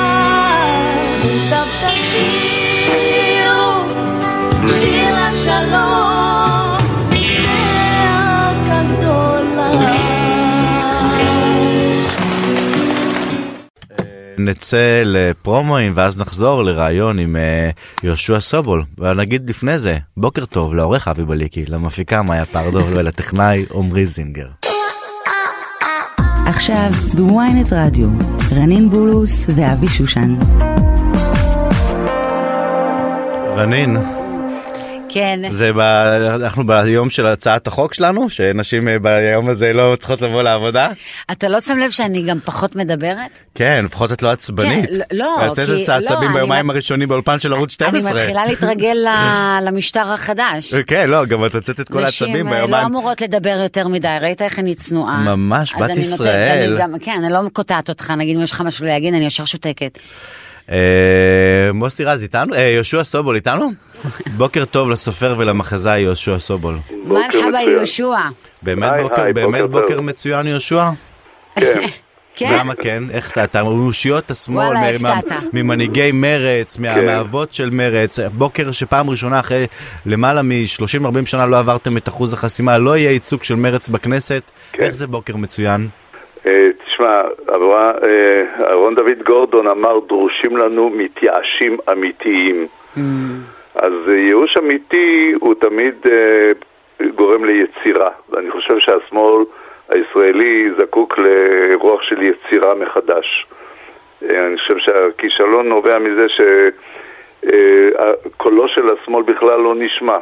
שיר השלום הגדולה. נצא לפרומואים ואז נחזור לרעיון עם יהושע סובול, ונגיד לפני זה בוקר טוב לעורך אבי בליקי, למפיקה מאיה פרדו ולטכנאי עומרי זינגר. עכשיו בוויינט רדיו, רנין בולוס ואבי שושן. רנין, כן. אנחנו ביום של הצעת החוק שלנו, שנשים ביום הזה לא צריכות לבוא לעבודה. אתה לא שם לב שאני גם פחות מדברת? כן, לפחות את לא עצבנית. כן, לא, כי... את עצבים ביומיים הראשונים באולפן של ערוץ 12. אני מתחילה להתרגל למשטר החדש. כן, לא, גם את הוצאת את כל העצבים ביומיים. נשים לא אמורות לדבר יותר מדי, ראית איך אני צנועה. ממש, בת ישראל. כן, אני לא קוטעת אותך, נגיד אם יש לך משהו להגיד, אני ישר שותקת. מוסי רז איתנו? יהושע סובול איתנו? בוקר טוב לסופר ולמחזאי יהושע סובול. מה לך ביהושע? באמת בוקר מצוין יהושע? כן. למה כן? איך אתה מאושיות השמאל, ממנהיגי מרץ, מהמאבות של מרץ, בוקר שפעם ראשונה אחרי למעלה מ-30-40 שנה לא עברתם את אחוז החסימה, לא יהיה ייצוג של מרץ בכנסת, איך זה בוקר מצוין? תשמע, אהרון דוד גורדון אמר, דרושים לנו מתייאשים אמיתיים. אז ייאוש אמיתי הוא תמיד גורם ליצירה, ואני חושב שהשמאל הישראלי זקוק לרוח של יצירה מחדש. אני חושב שהכישלון נובע מזה שקולו של השמאל בכלל לא נשמע.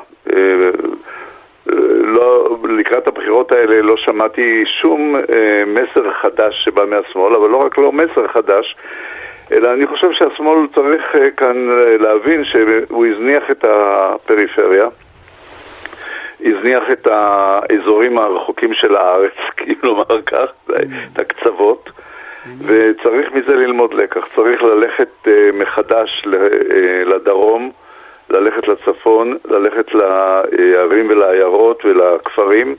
לא, לקראת הבחירות האלה לא שמעתי שום מסר חדש שבא מהשמאל, אבל לא רק לא מסר חדש, אלא אני חושב שהשמאל צריך כאן להבין שהוא הזניח את הפריפריה, הזניח את האזורים הרחוקים של הארץ, כאילו לומר כך, את הקצוות, וצריך מזה ללמוד לקח. צריך ללכת מחדש לדרום, ללכת לצפון, ללכת לערים ולעיירות ולכפרים,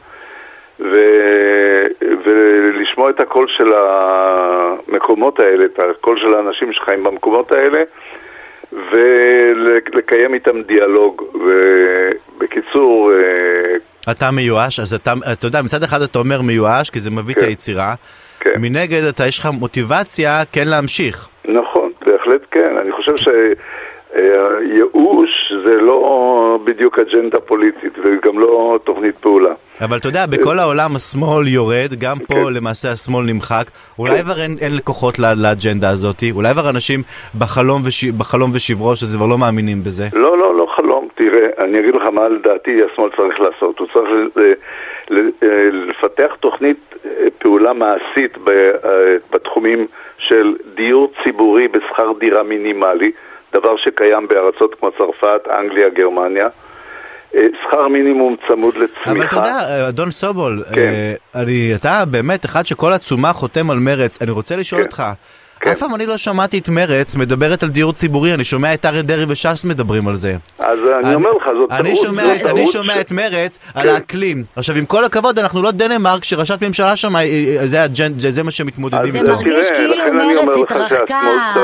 ולשמוע את הקול של המקומות האלה, את הקול של האנשים שחיים במקומות האלה, ולקיים איתם דיאלוג. ובקיצור... אתה מיואש, אז אתה יודע, מצד אחד אתה אומר מיואש, כי זה מביא את היצירה. מנגד, יש לך מוטיבציה כן להמשיך. נכון, בהחלט כן. אני חושב ייאוש זה לא בדיוק אג'נדה פוליטית וגם לא תוכנית פעולה. אבל אתה יודע, בכל העולם השמאל יורד, גם פה למעשה השמאל נמחק. אולי כבר אין לקוחות לאג'נדה הזאת? אולי כבר אנשים בחלום ושברו שזה כבר לא מאמינים בזה? לא חלום. תראה, אני אגיד לך מה לדעתי השמאל צריך לעשות. הוא צריך לפתח תוכנית פעולה מעשית בתחומים של דיור ציבורי בשכר דירה מינימלי, דבר שקיים בארצות כמו צרפת, אנגליה, גרמניה. שכר מינימום צמוד לצמיחה. אבל אתה יודע, אדון סובול, אתה באמת אחד שכל עצומה חותם על מרץ. אני רוצה לשאול אותך, אף פעם אני לא שמעתי את מרץ מדברת על דיור ציבורי, אני שומע את אריה דרעי וש"ס מדברים על זה. אז אני אומר לך, זאת טעות. אני שומע את מרץ על האקלים. עכשיו, עם כל הכבוד, אנחנו לא דנמרק, שראשת ממשלה שם, זה מה שמתמודדים. זה מרגיש כאילו מרץ התרחקה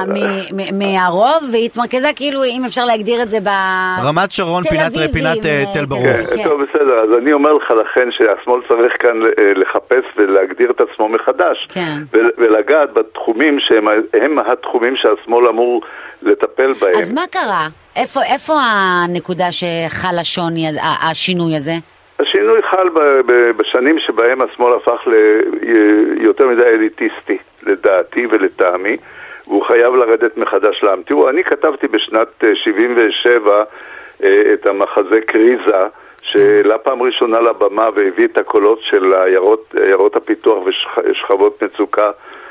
מהרוב, והתמרכזה כאילו, אם אפשר להגדיר את זה רמת שרון, פינת תל ברוך. טוב, בסדר, אז אני אומר לך לכן שהשמאל צריך כאן לחפש ולהגדיר את עצמו מחדש, ולגעת בתחומים הם התחומים שהשמאל אמור לטפל בהם. אז מה קרה? איפה הנקודה שחל השינוי הזה? השינוי חל בשנים שבהם השמאל הפך ליותר מדי אליטיסטי, לדעתי ולטעמי, והוא חייב לרדת מחדש לעם. תראו, אני כתבתי בשנת 77 את המחזה קריזה, שעלה פעם ראשונה לבמה והביא את הקולות של עיירות הפיתוח ושכבות מצוקה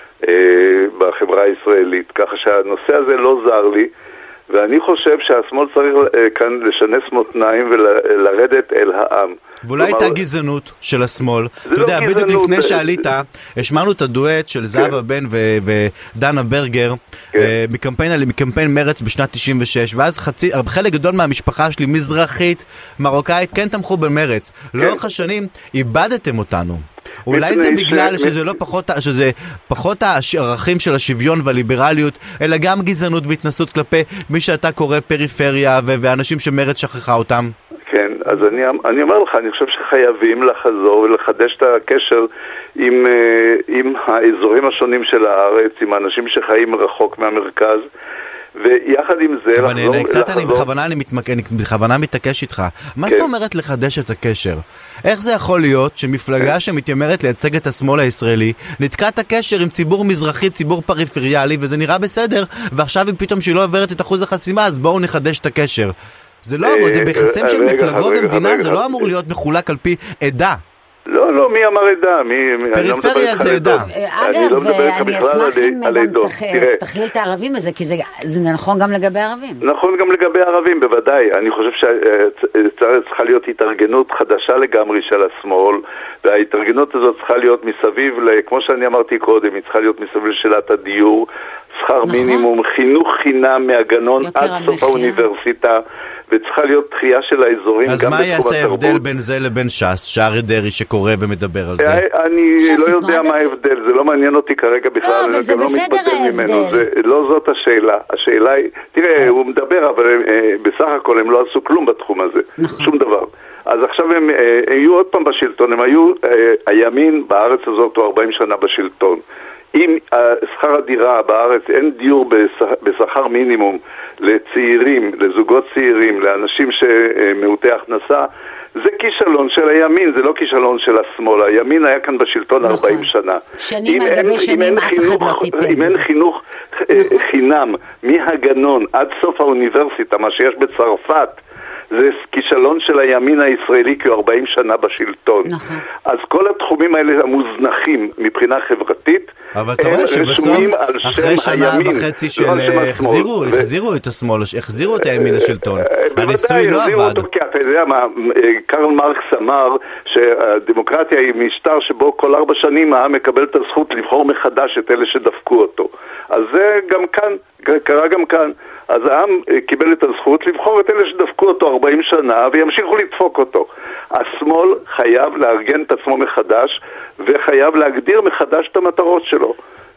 בחברה הישראלית, ככה שהנושא הזה לא זר לי, ואני חושב שהשמאל צריך כאן לשנס מותניים ולרדת אל העם. ואולי הייתה גזענות של השמאל. אתה יודע, בדיוק לפני שעלית, השמענו את הדואט של זהבה בן ודנה ברגר מקמפיין מרץ בשנת 96, ואז חלק גדול מהמשפחה שלי, מזרחית, מרוקאית, כן תמכו במרץ. לאורך השנים איבדתם אותנו. אולי זה בגלל שזה פחות הערכים של השוויון והליברליות, אלא גם גזענות והתנסות כלפי מי שאתה קורא פריפריה ואנשים שמרץ שכחה אותם. כן, אז אני אומר לך, אני חושב שחייבים לחזור ולחדש את הקשר עם האזורים השונים של הארץ, עם האנשים שחיים רחוק מהמרכז, ויחד עם זה... אבל אני בכוונה מתעקש איתך. מה זאת אומרת לחדש את הקשר? איך זה יכול להיות שמפלגה שמתיימרת לייצג את השמאל הישראלי נתקע את הקשר עם ציבור מזרחי, ציבור פריפריאלי, וזה נראה בסדר, ועכשיו פתאום שהיא לא עוברת את אחוז החסימה, אז בואו נחדש את הקשר. זה לא, זה ביחסים של מפלגות במדינה, זה לא אמור להיות מחולק על פי עדה. לא, מי אמר עדה? פריפריה זה עדה. אגב, אני אשמח אם גם תכליל את הערבים הזה, כי זה נכון גם לגבי הערבים. נכון גם לגבי הערבים, בוודאי. אני חושב שצריכה להיות התארגנות חדשה לגמרי של השמאל, וההתארגנות הזאת צריכה להיות מסביב, כמו שאני אמרתי קודם, היא צריכה להיות מסביב לשאלת הדיור, שכר מינימום, חינוך חינם מהגנון עד סוף האוניברסיטה, וצריכה להיות דחייה של האזורים גם בתחום התרבות. אז מה יעשה הבדל בין זה לבין ש"ס, שאריה דרי שקורא ומדבר על זה? אני לא יודע מה ההבדל, זה לא מעניין אותי כרגע בכלל, אני גם לא מתפטר ממנו, לא זאת השאלה. השאלה היא, תראה, הוא מדבר, אבל בסך הכל הם לא עשו כלום בתחום הזה, שום דבר. אז עכשיו הם היו עוד פעם בשלטון, הם היו הימין בארץ הזאת 40 שנה בשלטון. אם שכר הדירה בארץ אין דיור בשכר מינימום לצעירים, לזוגות צעירים, לאנשים שמעוטי הכנסה, זה כישלון של הימין, זה לא כישלון של השמאל. הימין היה כאן בשלטון 40 שנה. שנים על גבי שנים אף אחד לא טיפל. אם אין חינוך חינם מהגנון עד סוף האוניברסיטה, מה שיש בצרפת, זה כישלון של הימין הישראלי כ-40 שנה בשלטון. נכון. אז כל התחומים האלה המוזנחים מבחינה חברתית, אבל אתה רואה שבסוף, אחרי שנה וחצי של החזירו את השמאל, החזירו את הימין לשלטון. הניסוי לא עבד. כי אתה יודע מה, קרל מרקס אמר שהדמוקרטיה היא משטר שבו כל 4 שנים העם מקבל את הזכות לבחור מחדש את אלה שדפקו אותו. אז זה גם כאן, קרה גם כאן. אז העם קיבל את הזכות לבחור את אלה שדפקו אותו 40 שנה וימשיכו לדפוק אותו. השמאל חייב לארגן את עצמו מחדש וחייב להגדיר מחדש את המטרות שלו.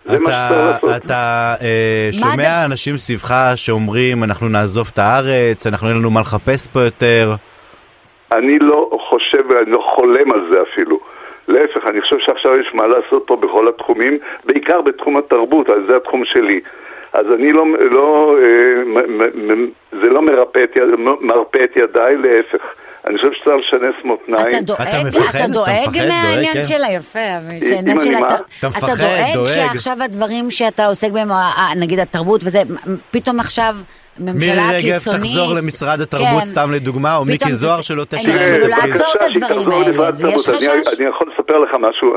אתה שומע אנשים סביבך שאומרים אנחנו נעזוב את הארץ, אנחנו אין לנו מה לחפש פה יותר? אני לא חושב, אני לא חולם על זה אפילו. להפך, אני חושב שעכשיו יש מה לעשות פה בכל התחומים, בעיקר בתחום התרבות, אז זה התחום שלי. אז אני זה לא מרפא את ידיי, להפך. אני חושב שצריך לשנס מותניים. אתה דואג מהעניין שלה, יפה. אתה דואג שעכשיו הדברים שאתה עוסק בהם, נגיד התרבות וזה, פתאום עכשיו ממשלה קיצונית. מירי רגב תחזור למשרד התרבות סתם לדוגמה, או מיקי זוהר שלא תשאיר את התפקיד. לעצור את הדברים האלה, יש חשש? אני יכול לספר לך משהו,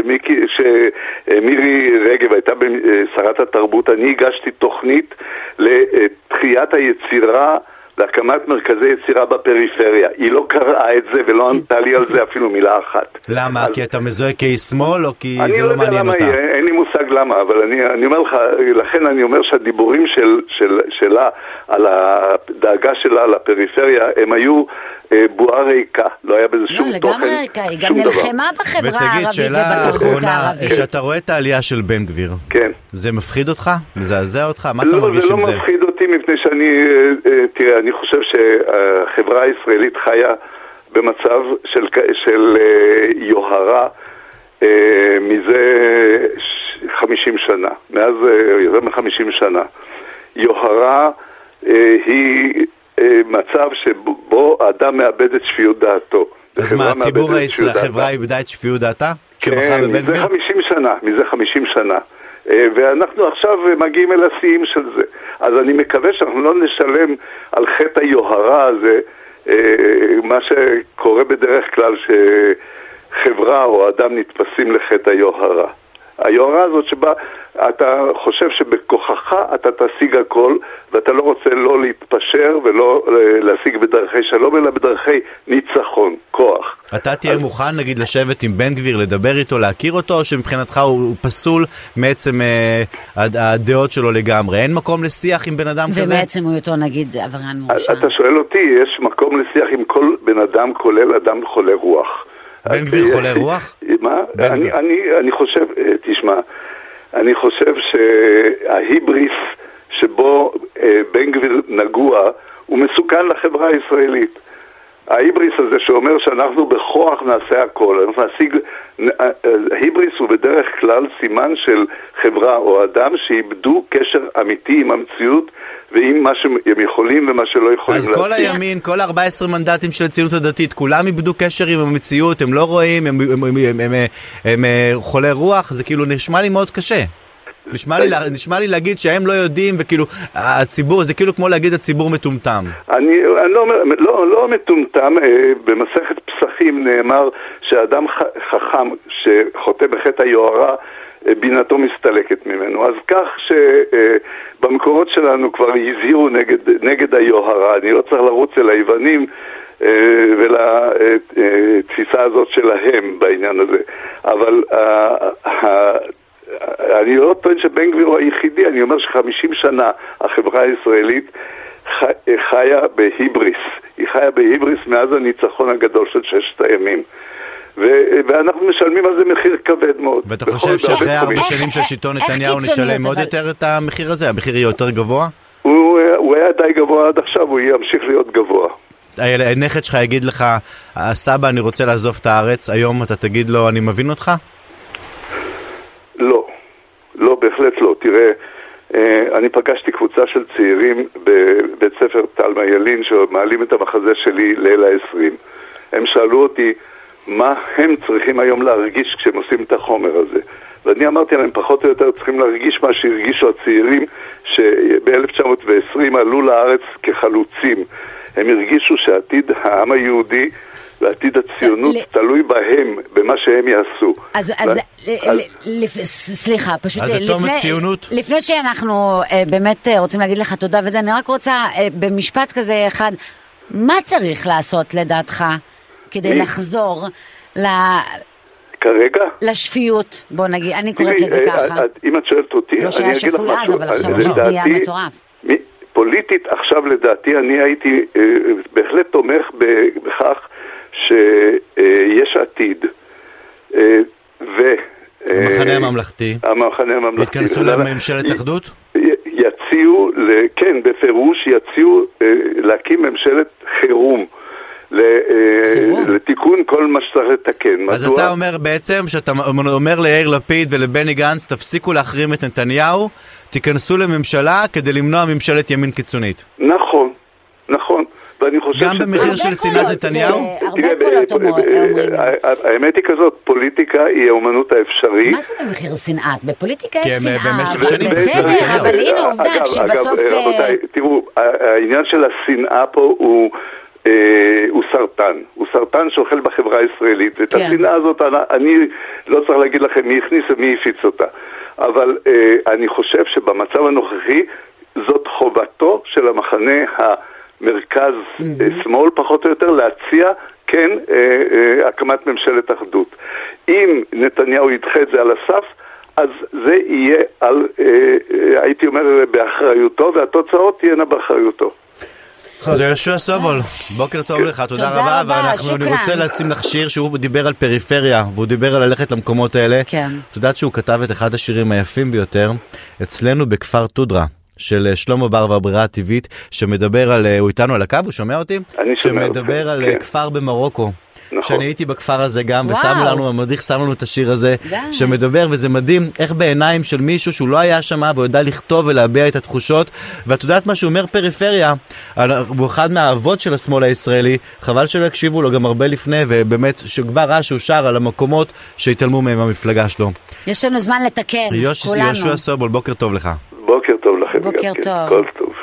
כשמירי רגב הייתה שרת התרבות, אני הגשתי תוכנית לתחיית היצירה, להקמת מרכזי יצירה בפריפריה. היא לא קראה את זה ולא ענתה לי על זה אפילו מילה אחת. למה? כי אתה מזוהה כאיש שמאל או כי זה לא מעניין אותה? אין לי מושג למה, אבל אני אומר לך, לכן אני אומר שהדיבורים שלה על הדאגה שלה לפריפריה הם היו בועה ריקה, לא היה בזה שום תוכן. לגמרי ריקה, היא גם נלחמה בחברה הערבית ובתרבות הערבית. כשאתה רואה את העלייה של בן גביר, זה מפחיד אותך? מזעזע אותך? מה אתה מרגיש עם זה? זה לא מפחיד אותי מפני תראה, אני חושב שהחברה הישראלית חיה במצב של יוהרה מזה 50 שנה, מאז יותר מ-50 שנה. יוהרה היא מצב שבו האדם מאבד את שפיות דעתו. אז מה, הציבור הישראלי, החברה איבדה את שפיות דעתה? כן, מזה 50 שנה. ואנחנו עכשיו מגיעים אל השיאים של זה. אז אני מקווה שאנחנו לא נשלם על חטא היוהרה הזה, מה שקורה בדרך כלל שחברה או אדם נתפסים לחטא היוהרה. היוהרה הזאת שבה אתה חושב שבכוחך אתה תשיג הכל, ואתה לא רוצה לא להתפשר ולא להשיג בדרכי שלום, אלא בדרכי ניצחון, כוח. אתה תהיה מוכן, נגיד, לשבת עם בן גביר, לדבר איתו, להכיר אותו, או שמבחינתך הוא פסול מעצם הדעות שלו לגמרי? אין מקום לשיח עם בן אדם כזה? ובעצם הוא יותר, נגיד, עבריין מורשע. אתה שואל אותי, יש מקום לשיח עם כל בן אדם, כולל אדם חולה רוח. בן גביר חולה רוח? מה? אני חושב, תשמע, אני חושב שההיבריס שבו בן גביר נגוע הוא מסוכן לחברה הישראלית. ההיבריס הזה שאומר שאנחנו בכוח נעשה הכל, אנחנו נשיג, ההיבריס הוא בדרך כלל סימן של חברה או אדם שאיבדו קשר אמיתי עם המציאות ועם מה שהם יכולים ומה שלא יכולים להשיג. אז כל הימין, כל 14 מנדטים של הציונות הדתית, כולם איבדו קשר עם המציאות, הם לא רואים, הם חולי רוח, זה כאילו נשמע לי מאוד קשה. נשמע לי להגיד שהם לא יודעים, וכאילו הציבור, זה כאילו כמו להגיד הציבור מטומטם. אני לא מטומטם. במסכת פסחים נאמר שאדם חכם שחוטא בחטא היוהרה, בינתו מסתלקת ממנו. אז כך שבמקורות שלנו כבר הזהירו נגד היוהרה. אני לא צריך לרוץ אל היוונים ולתפיסה הזאת שלהם בעניין הזה. אבל אני לא טוען שבן גביר הוא היחידי, אני אומר ש50 שנה החברה הישראלית חיה בהיבריס. היא חיה בהיבריס מאז הניצחון הגדול של 6 הימים. ואנחנו משלמים על זה מחיר כבד מאוד. ואתה חושב שאחרי 4 שנים של שלטון נתניהו נשלם עוד יותר את המחיר הזה? המחיר יהיה יותר גבוה? הוא היה די גבוה עד עכשיו, הוא ימשיך להיות גבוה. הנכד שלך יגיד לך, סבא, אני רוצה לעזוב את הארץ, היום אתה תגיד לו, אני מבין אותך? לא, בהחלט לא. תראה, אני פגשתי קבוצה של צעירים בבית ספר תלמה ילין שמעלים את המחזה שלי ליל ה-20. הם שאלו אותי מה הם צריכים היום להרגיש כשהם עושים את החומר הזה. ואני אמרתי להם, פחות או יותר צריכים להרגיש מה שהרגישו הצעירים שב-1920 עלו לארץ כחלוצים. הם הרגישו שעתיד העם היהודי ועתיד הציונות תלוי בהם, במה שהם יעשו. סליחה, פשוט לפני שאנחנו באמת רוצים להגיד לך תודה וזה, אני רק רוצה במשפט כזה אחד, מה צריך לעשות לדעתך כדי לחזור כרגע? לשפיות, בוא נגיד, אני קוראת לזה ככה. אם את שואלת אותי, לא שהיה שפוי אז, אבל עכשיו היה מטורף. פוליטית עכשיו לדעתי אני הייתי בהחלט תומך בכך שיש עתיד המחנה הממלכתי התכנסו לממשלת אחדות? יציעו, כן, בפירוש יציעו להקים ממשלת חירום לתיקון כל מה שצריך לתקן. אז אתה אומר בעצם, שאתה אומר ליאיר לפיד ולבני גנץ, תפסיקו להחרים את נתניהו, תיכנסו לממשלה כדי למנוע ממשלת ימין קיצונית. נכון, נכון. גם במחיר של שנאת נתניהו? הרבה קולות אומרים. האמת היא כזאת, פוליטיקה היא האומנות האפשרית. מה זה במחיר שנאת? בפוליטיקה אין שנאה. במשך שנים בסדר, אבל הנה עובדה, כשבסוף... רבותיי, תראו, העניין של השנאה פה הוא סרטן. הוא סרטן שאוכל בחברה הישראלית. ואת השנאה הזאת אני לא צריך להגיד לכם מי הכניס ומי הפיץ אותה. אבל אני חושב שבמצב הנוכחי זאת חובתו של המחנה מרכז שמאל פחות או יותר להציע כן הקמת ממשלת אחדות. אם נתניהו ידחה את זה על הסף, אז זה יהיה על, הייתי אומר, באחריותו, והתוצאות תהיינה באחריותו. יהושע סובול, בוקר טוב לך, תודה רבה, ואני רוצה להציג לך שיר שהוא דיבר על פריפריה, והוא דיבר על ללכת למקומות האלה. את יודעת שהוא כתב את אחד השירים היפים ביותר, אצלנו בכפר תודרה. של שלמה בר והברירה הטבעית, שמדבר על, הוא איתנו על הקו, הוא שומע אותי? שמדבר על כפר במרוקו. שאני הייתי בכפר הזה גם, ושמו לנו, המדריך שם לנו את השיר הזה, שמדבר, וזה מדהים איך בעיניים של מישהו שהוא לא היה שם, והוא יודע לכתוב ולהביע את התחושות, ואת יודעת מה שהוא אומר פריפריה, הוא אחד מהאבות של השמאל הישראלי, חבל שלא הקשיבו לו גם הרבה לפני, ובאמת שכבר ראה שהוא שר על המקומות שהתעלמו מהם המפלגה שלו. יש לנו זמן לתקן, כולנו. יהושע סובול, בוקר טוב לך. בוקר טוב לכם. בוקר טוב. כל טוב.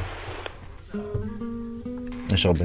יש הרבה.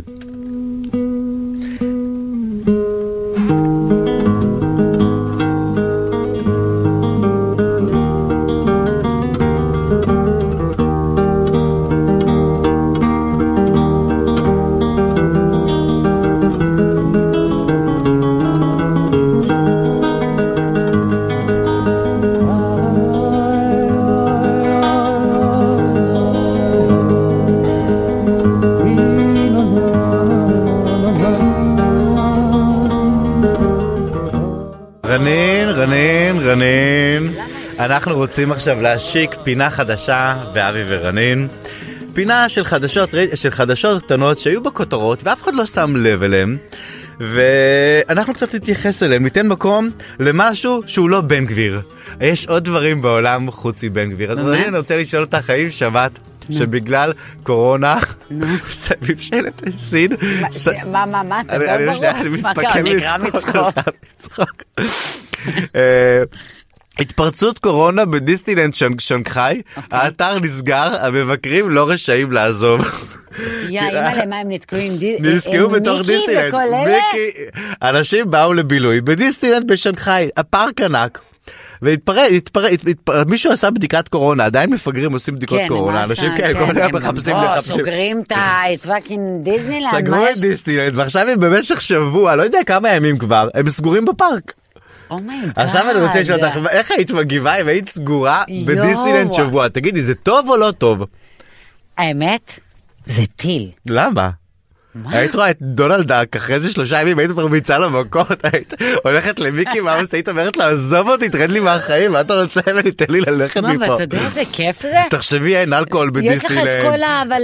רנין, אנחנו רוצים עכשיו להשיק פינה חדשה באבי ורנין, פינה של חדשות קטנות שהיו בכותרות ואף אחד לא שם לב אליהם, ואנחנו קצת נתייחס אליהם, ניתן מקום למשהו שהוא לא בן גביר. יש עוד דברים בעולם חוץ מבן גביר. אז אני רוצה לשאול אותך, האם שמעת שבגלל קורונה ממשלת סין... מה? אתה לא ברור? מה קרה? נקרא מצחוק. התפרצות קורונה בדיסנילנד שנגחאי, האתר נסגר, המבקרים לא רשאים לעזוב. אימא למה הם נתקעו בתוך דיסנילנד. אנשים באו לבילוי בדיסנילנד בשנגחאי, הפארק ענק. מישהו עשה בדיקת קורונה, עדיין מפגרים עושים בדיקות קורונה, אנשים כאלה כל היום מחפשים. סוגרים את פאקינג דיסנילנד. סגרו את דיסנילנד, ועכשיו הם במשך שבוע, לא יודע כמה ימים כבר, הם סגורים בפארק. עכשיו אני רוצה לשאול אותך, איך היית מגיבה אם היית סגורה בדיסנילנד שבוע? תגידי, זה טוב או לא טוב? האמת, זה טיל. למה? היית רואה את דונלד דאק אחרי זה 3 ימים, היית מרביצה לו מכות, היית הולכת למיקי מאוס, היית אומרת לה, עזוב אותי, תרד לי מהחיים, מה אתה רוצה ממני, תן לי ללכת מפה. מה, ואתה יודע איזה כיף זה? תחשבי, אין אלכוהול בדיסנילנד. יש לך את כל אבל...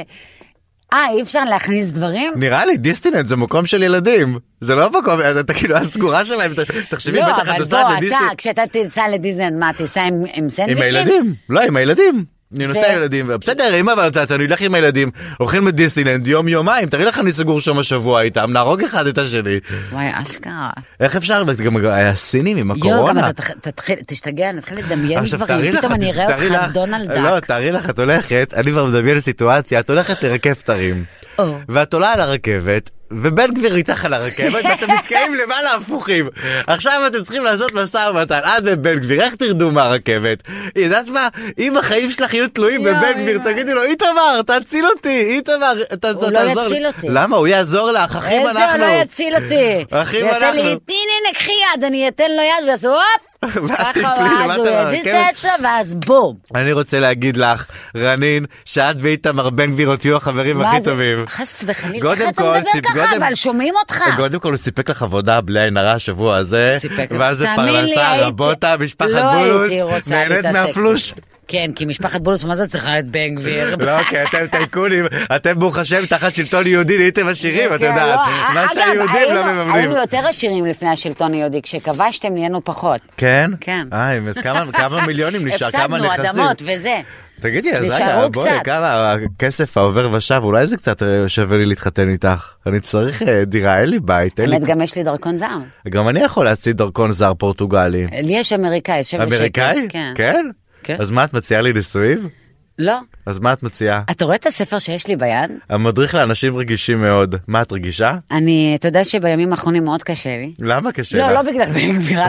אי אפשר להכניס דברים? נראה לי, דיסנילנד זה מקום של ילדים. זה לא מקום, אתה כאילו הסגורה שלהם, תחשבי בטח את עושה לדיסנילנד. לא, אבל כשאתה תצא לדיסנילנד, מה, תצא עם סנדוויצ'ים? עם הילדים, לא, עם הילדים. אני נוסע ילדים, בסדר, אמא, אבל אתה נלך עם הילדים, הולכים בדיסנילנד יום-יומיים, תראי לך אני סגור שם השבוע איתם, נהרוג אחד את השני. וואי, אשכרה. איך אפשר? גם הסינים עם הקורונה. גם תשתגע, נתחיל לדמיין דברים, פתאום אני אראה אותך דונלד דאק. לא, תארי לך, את הולכת, אני כבר מדמיין סיטואציה, את הולכת לרכבת תרים, ואת עולה על הרכבת, ובן גביר איתך על הרכבת, ואתם מתקעים למעלה הפוכים. עכשיו אתם צריכים לעשות מסע ומתן, את ובן גביר, איך תרדו מהרכבת? יודעת מה? אם החיים שלך יהיו תלויים בבן גביר, תגידי לו, איתמר, תציל אותי, איתמר, הוא לא יציל אותי. למה? הוא יעזור לך, אחים אנחנו. איזה, הוא לא יציל אותי. אחים אנחנו. ויעשה לי, הנה נקחי יד, אני אתן לו יד, ויעשו, הופ! ככה, אז הוא יזיז את שלו, ואז בום. אני רוצה להגיד לך, רנין, שאת ואיתמר בן גביר תהיו החברים הכי טובים. חס וחלילה, איך אתה מדבר ככה, אבל שומעים אותך. קודם כל הוא סיפק לך עבודה בלי עין הרע השבוע הזה, ואז זה פרנסה רבותה, משפחת בולוס, נהנית מהפלוש. כן, כי משפחת בולוס, מה זה צריכה את בן גביר? לא, כי אתם טייקונים, אתם ברוך השם תחת שלטון יהודי, נהייתם עשירים, את יודעת. מה שהיהודים לא מממנים. היינו יותר עשירים לפני השלטון היהודי, כשכבשתם נהיינו פחות. כן? כן. אז כמה מיליונים נשאר, כמה נכסים. הפסדנו אדמות וזה. תגידי, אז רגע, בואי, כמה הכסף העובר ושב, אולי זה קצת שווה לי להתחתן איתך. אני צריך דירה, אין לי בית. באמת, גם יש לי דרכון זר. גם אני יכול להציע דרכון זר פורטוגלי. לי יש אמריקאי, אמריקאי? כן. אז מה את מציעה לי נישואים? לא. אז מה את מציעה? אתה רואה את הספר שיש לי ביד? המדריך לאנשים רגישים מאוד. מה את רגישה? אתה יודע שבימים האחרונים מאוד קשה לי. למה קשה לך? לא בגלל בן גביר,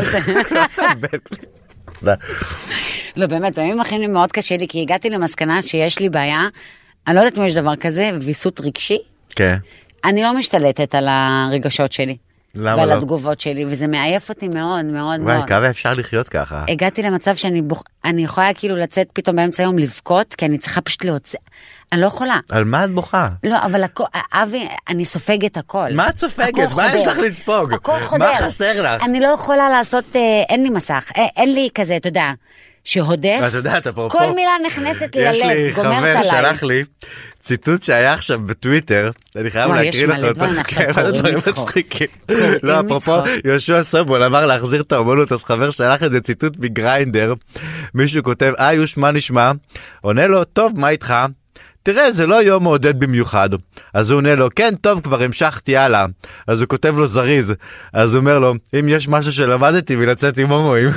לא, באמת, בימים האחרונים מאוד קשה לי, כי הגעתי למסקנה שיש לי בעיה, אני לא יודעת אם יש דבר כזה, ויסות רגשי. כן. אני לא משתלטת על הרגשות שלי. למה ועל לא? התגובות שלי, וזה מעייף אותי מאוד, מאוד וואי, מאוד. כמה אפשר לחיות ככה? הגעתי למצב שאני יכולה כאילו לצאת פתאום באמצע היום לבכות, כי אני צריכה פשוט להוציא, אני לא יכולה. על מה את בוכה? לא, אבל אבי, אני סופגת הכל. מה את סופגת? מה יש לך לספוג? הכל חודר. מה חסר לך? אני לא יכולה לעשות, אין לי מסך, אין לי כזה, אתה יודע, שהודף, כל מילה נכנסת לי ללב, גומרת עליי. יש לי חבר שלח לי ציטוט שהיה עכשיו בטוויטר, אני חייב להקריא לך אותו, דברים מצחיקים. לא, אפרופו, יהושע סובול אמר להחזיר את האומנות, אז חבר שלח את זה ציטוט מגריינדר, מישהו כותב, יוש, מה נשמע? עונה לו, טוב, מה איתך? תראה, זה לא יום מעודד במיוחד. אז הוא עונה לו, כן, טוב, כבר המשכתי הלאה. אז הוא כותב לו זריז. אז הוא אומר לו, אם יש משהו שלמדתי ולצאת עם הומואים.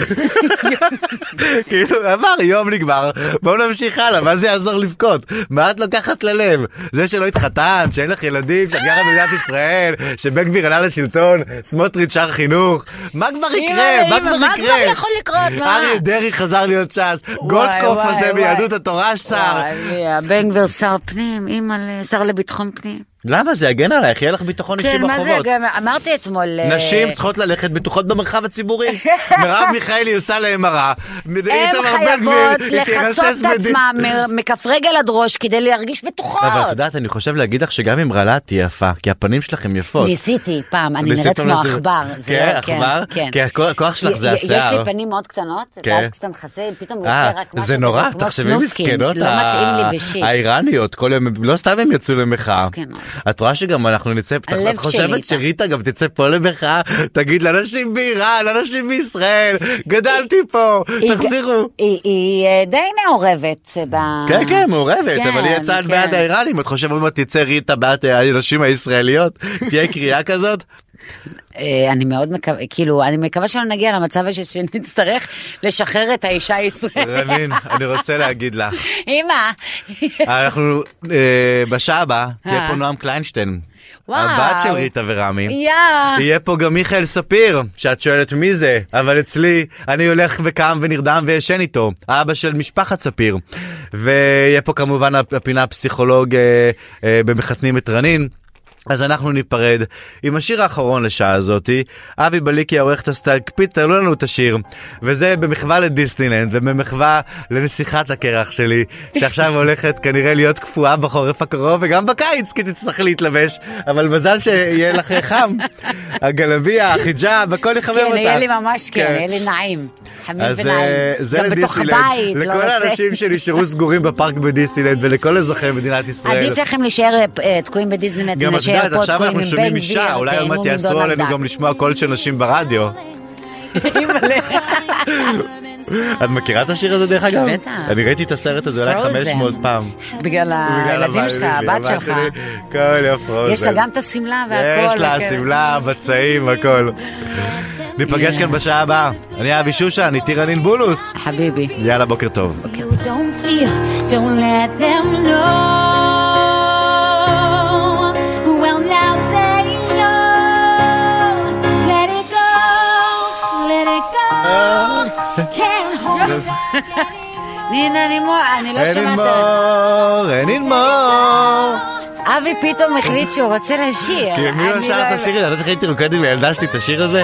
כאילו, עבר, יום נגמר, בואו נמשיך הלאה, מה זה יעזור לבכות? מה את לוקחת ללב? זה שלא התחתן, שאין לך ילדים, שאת גרה במדינת ישראל, שבן גביר עלה לשלטון, סמוטריץ' שר חינוך, מה כבר יקרה? מה כבר יכול לקרות? אריה דרעי חזר להיות ש"ס, גולדקופ הזה מיהדות התורה שר. בן גביר שר פנים, שר לביטחון פנים. למה? זה יגן עלייך, יהיה לך ביטחון אישי כן, מה בחובות. זה? אמרתי אתמול... נשים צריכות ללכת בטוחות במרחב הציבורי. מרב מיכאלי עושה להם מראה. הן חייבות לחסות את עצמם מכף רגל עד ראש כדי להרגיש בטוחות. אבל את יודעת, אני חושב להגיד לך שגם אם רעלה תהיה יפה, כי הפנים שלכם יפות. ניסיתי פעם, אני נראית כמו עכבר. כן, עכבר? כי הכוח שלך זה השיער. יש לי פנים מאוד קטנות, ואז כשאתה מכסה, פתאום יוצא רק משהו זה נורא, כמו תחשבי סנוסקין, מסכנות לא מתאים לי בשיט. האיראניות, כל יום, לא סתם הם יצאו למחאה. את רואה שגם אנחנו נצא, את חושבת שריטה גם תצא פה למחאה, תגיד לאנשים באיראן, לאנשים בישראל, גדלתי פה, תחזירו. היא די מעורבת. כן, כן, מעורבת, אבל היא יצאה בעד האיראנים, את חושבת מה תצא ריטה בעד הנשים הישראליות? תהיה קריאה כזאת? אני מאוד מקווה, כאילו, אני מקווה שלא נגיע למצב הזה שנצטרך לשחרר את האישה הישראלית. רנין, אני רוצה להגיד לך. אמא. אנחנו בשעה הבאה, תהיה פה נועם קליינשטיין. הבת של ריטה ורמי. יהיה פה גם מיכאל ספיר, שאת שואלת מי זה, אבל אצלי אני הולך וקם ונרדם וישן איתו, האבא של משפחת ספיר. ויהיה פה כמובן הפינה הפסיכולוג במחתנים את רנין. אז אנחנו ניפרד עם השיר האחרון לשעה הזאתי. אבי בליקי העורכת הסטקפיט, תעלו לנו את השיר, וזה במחווה לדיסנילנד ובמחווה לנסיכת הקרח שלי, שעכשיו הולכת כנראה להיות קפואה בחורף הקרוב וגם בקיץ, כי תצטרך להתלבש, אבל מזל שיהיה לך חם, הגלביה, החיג'אב, הכל יחמם אותך. כן, יהיה לי ממש כן, יהיה לי נעים, חמים ונעים, גם בתוך הבית. לכל האנשים שנשארו סגורים בפארק בדיסנילנד ולכל אזרחי מדינת ישראל, עדיף לכם להישאר תקועים בדיסנילנד. עכשיו אנחנו שומעים אישה, אולי עוד מעט יאסרו עלינו גם לשמוע קול של נשים ברדיו. את מכירה את השיר הזה דרך אגב? בטח. אני ראיתי את הסרט הזה אולי 500 פעם. בגלל הילדים שלך, הבת שלך. יש לה גם את הסמלה והכל. יש לה הסמלה, בצעים, הכל. ניפגש כאן בשעה הבאה. אני אבי שושן, איתי רנין בולוס. חביבי. יאללה, בוקר טוב. נינה נימור, אני לא שמעת. אין מור. אבי פתאום החליט שהוא רוצה לשיר. כי מי לא שר את השיר הזה? אני הייתי רוקד עם הילדה שלי את השיר הזה?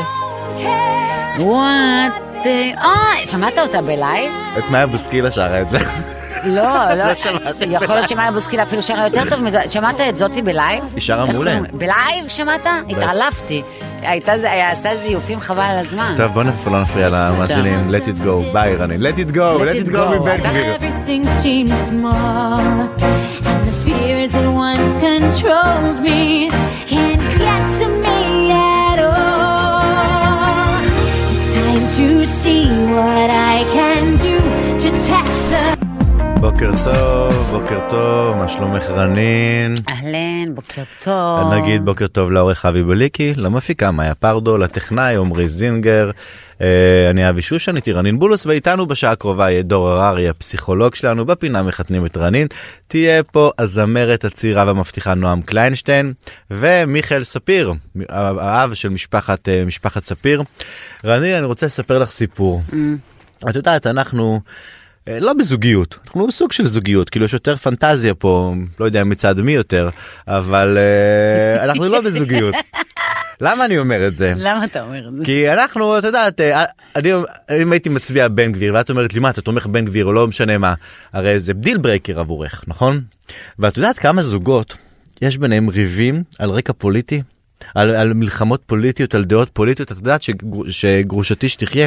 שמעת אותה בלייב? את מאיה בוסקילה שרה את זה. לא, יכול להיות שמאיה בוסקילה אפילו שרה יותר טוב מזה. שמעת את זאתי בלייב? היא שרה מעולה. בלייב שמעת? התעלפתי. עשה זיופים חבל על הזמן. טוב, בוא לא נפריע למאזינים. Let it go, ביי רנין. Let it go, let it go מבן גביר. Everything seems small and the fears that once controlled me can't get to me at all. It's time to see what I can do to test the בוקר טוב, מה שלומך רנין? אהלן, בוקר טוב. נגיד בוקר טוב לעורך אבי בליקי, למפיקה מאיה פרדו, לטכנאי עומרי זינגר, אני אבי שושן, איתי רנין בולוס, ואיתנו בשעה הקרובה יהיה דור הררי, הפסיכולוג שלנו, בפינה מחתנים את רנין, תהיה פה הזמרת הצעירה והמבטיחה נועם קליינשטיין, ומיכאל ספיר, האב של משפחת ספיר. רנין, אני רוצה לספר לך סיפור. את יודעת, אנחנו לא בזוגיות, אנחנו בסוג של זוגיות, כאילו יש יותר פנטזיה פה, לא יודע מצד מי יותר, אבל אנחנו לא בזוגיות. למה אני אומר את זה? למה אתה אומר את זה? כי אנחנו, אתה יודעת, אם הייתי מצביע בן גביר, ואת אומרת לי, מה, אתה תומך בן גביר או לא משנה מה, הרי זה דיל ברייקר עבורך, נכון? ואת יודעת כמה זוגות יש ביניהם ריבים על רקע פוליטי? על מלחמות פוליטיות, על דעות פוליטיות, את יודעת שגרושתי שתחיה,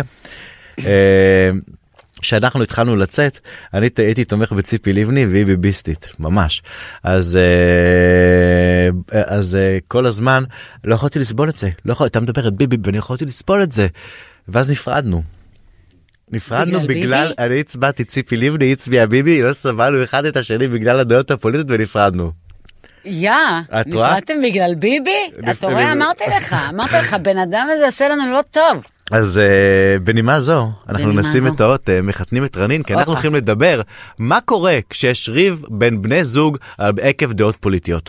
כשאנחנו התחלנו לצאת, אני הייתי תומך בציפי לבני והיא ביביסטית, ממש. אז כל הזמן לא יכולתי לסבול את זה. אתה מדברת ביבי ואני יכולתי לסבול את זה. ואז נפרדנו בגלל אני הצבעתי ציפי לבני, הצביע ביבי, לא סבלנו אחד את השני בגלל הדעות הפוליטיות ונפרדנו. נפרדתם בגלל ביבי? אתה רואה, אמרתי לך, בן אדם הזה עושה לנו לא טוב. אז בנימה זו, אנחנו נשים את האות, מחתנים את רנין, כי אנחנו הולכים לדבר מה קורה כשיש ריב בין בני זוג עקב דעות פוליטיות.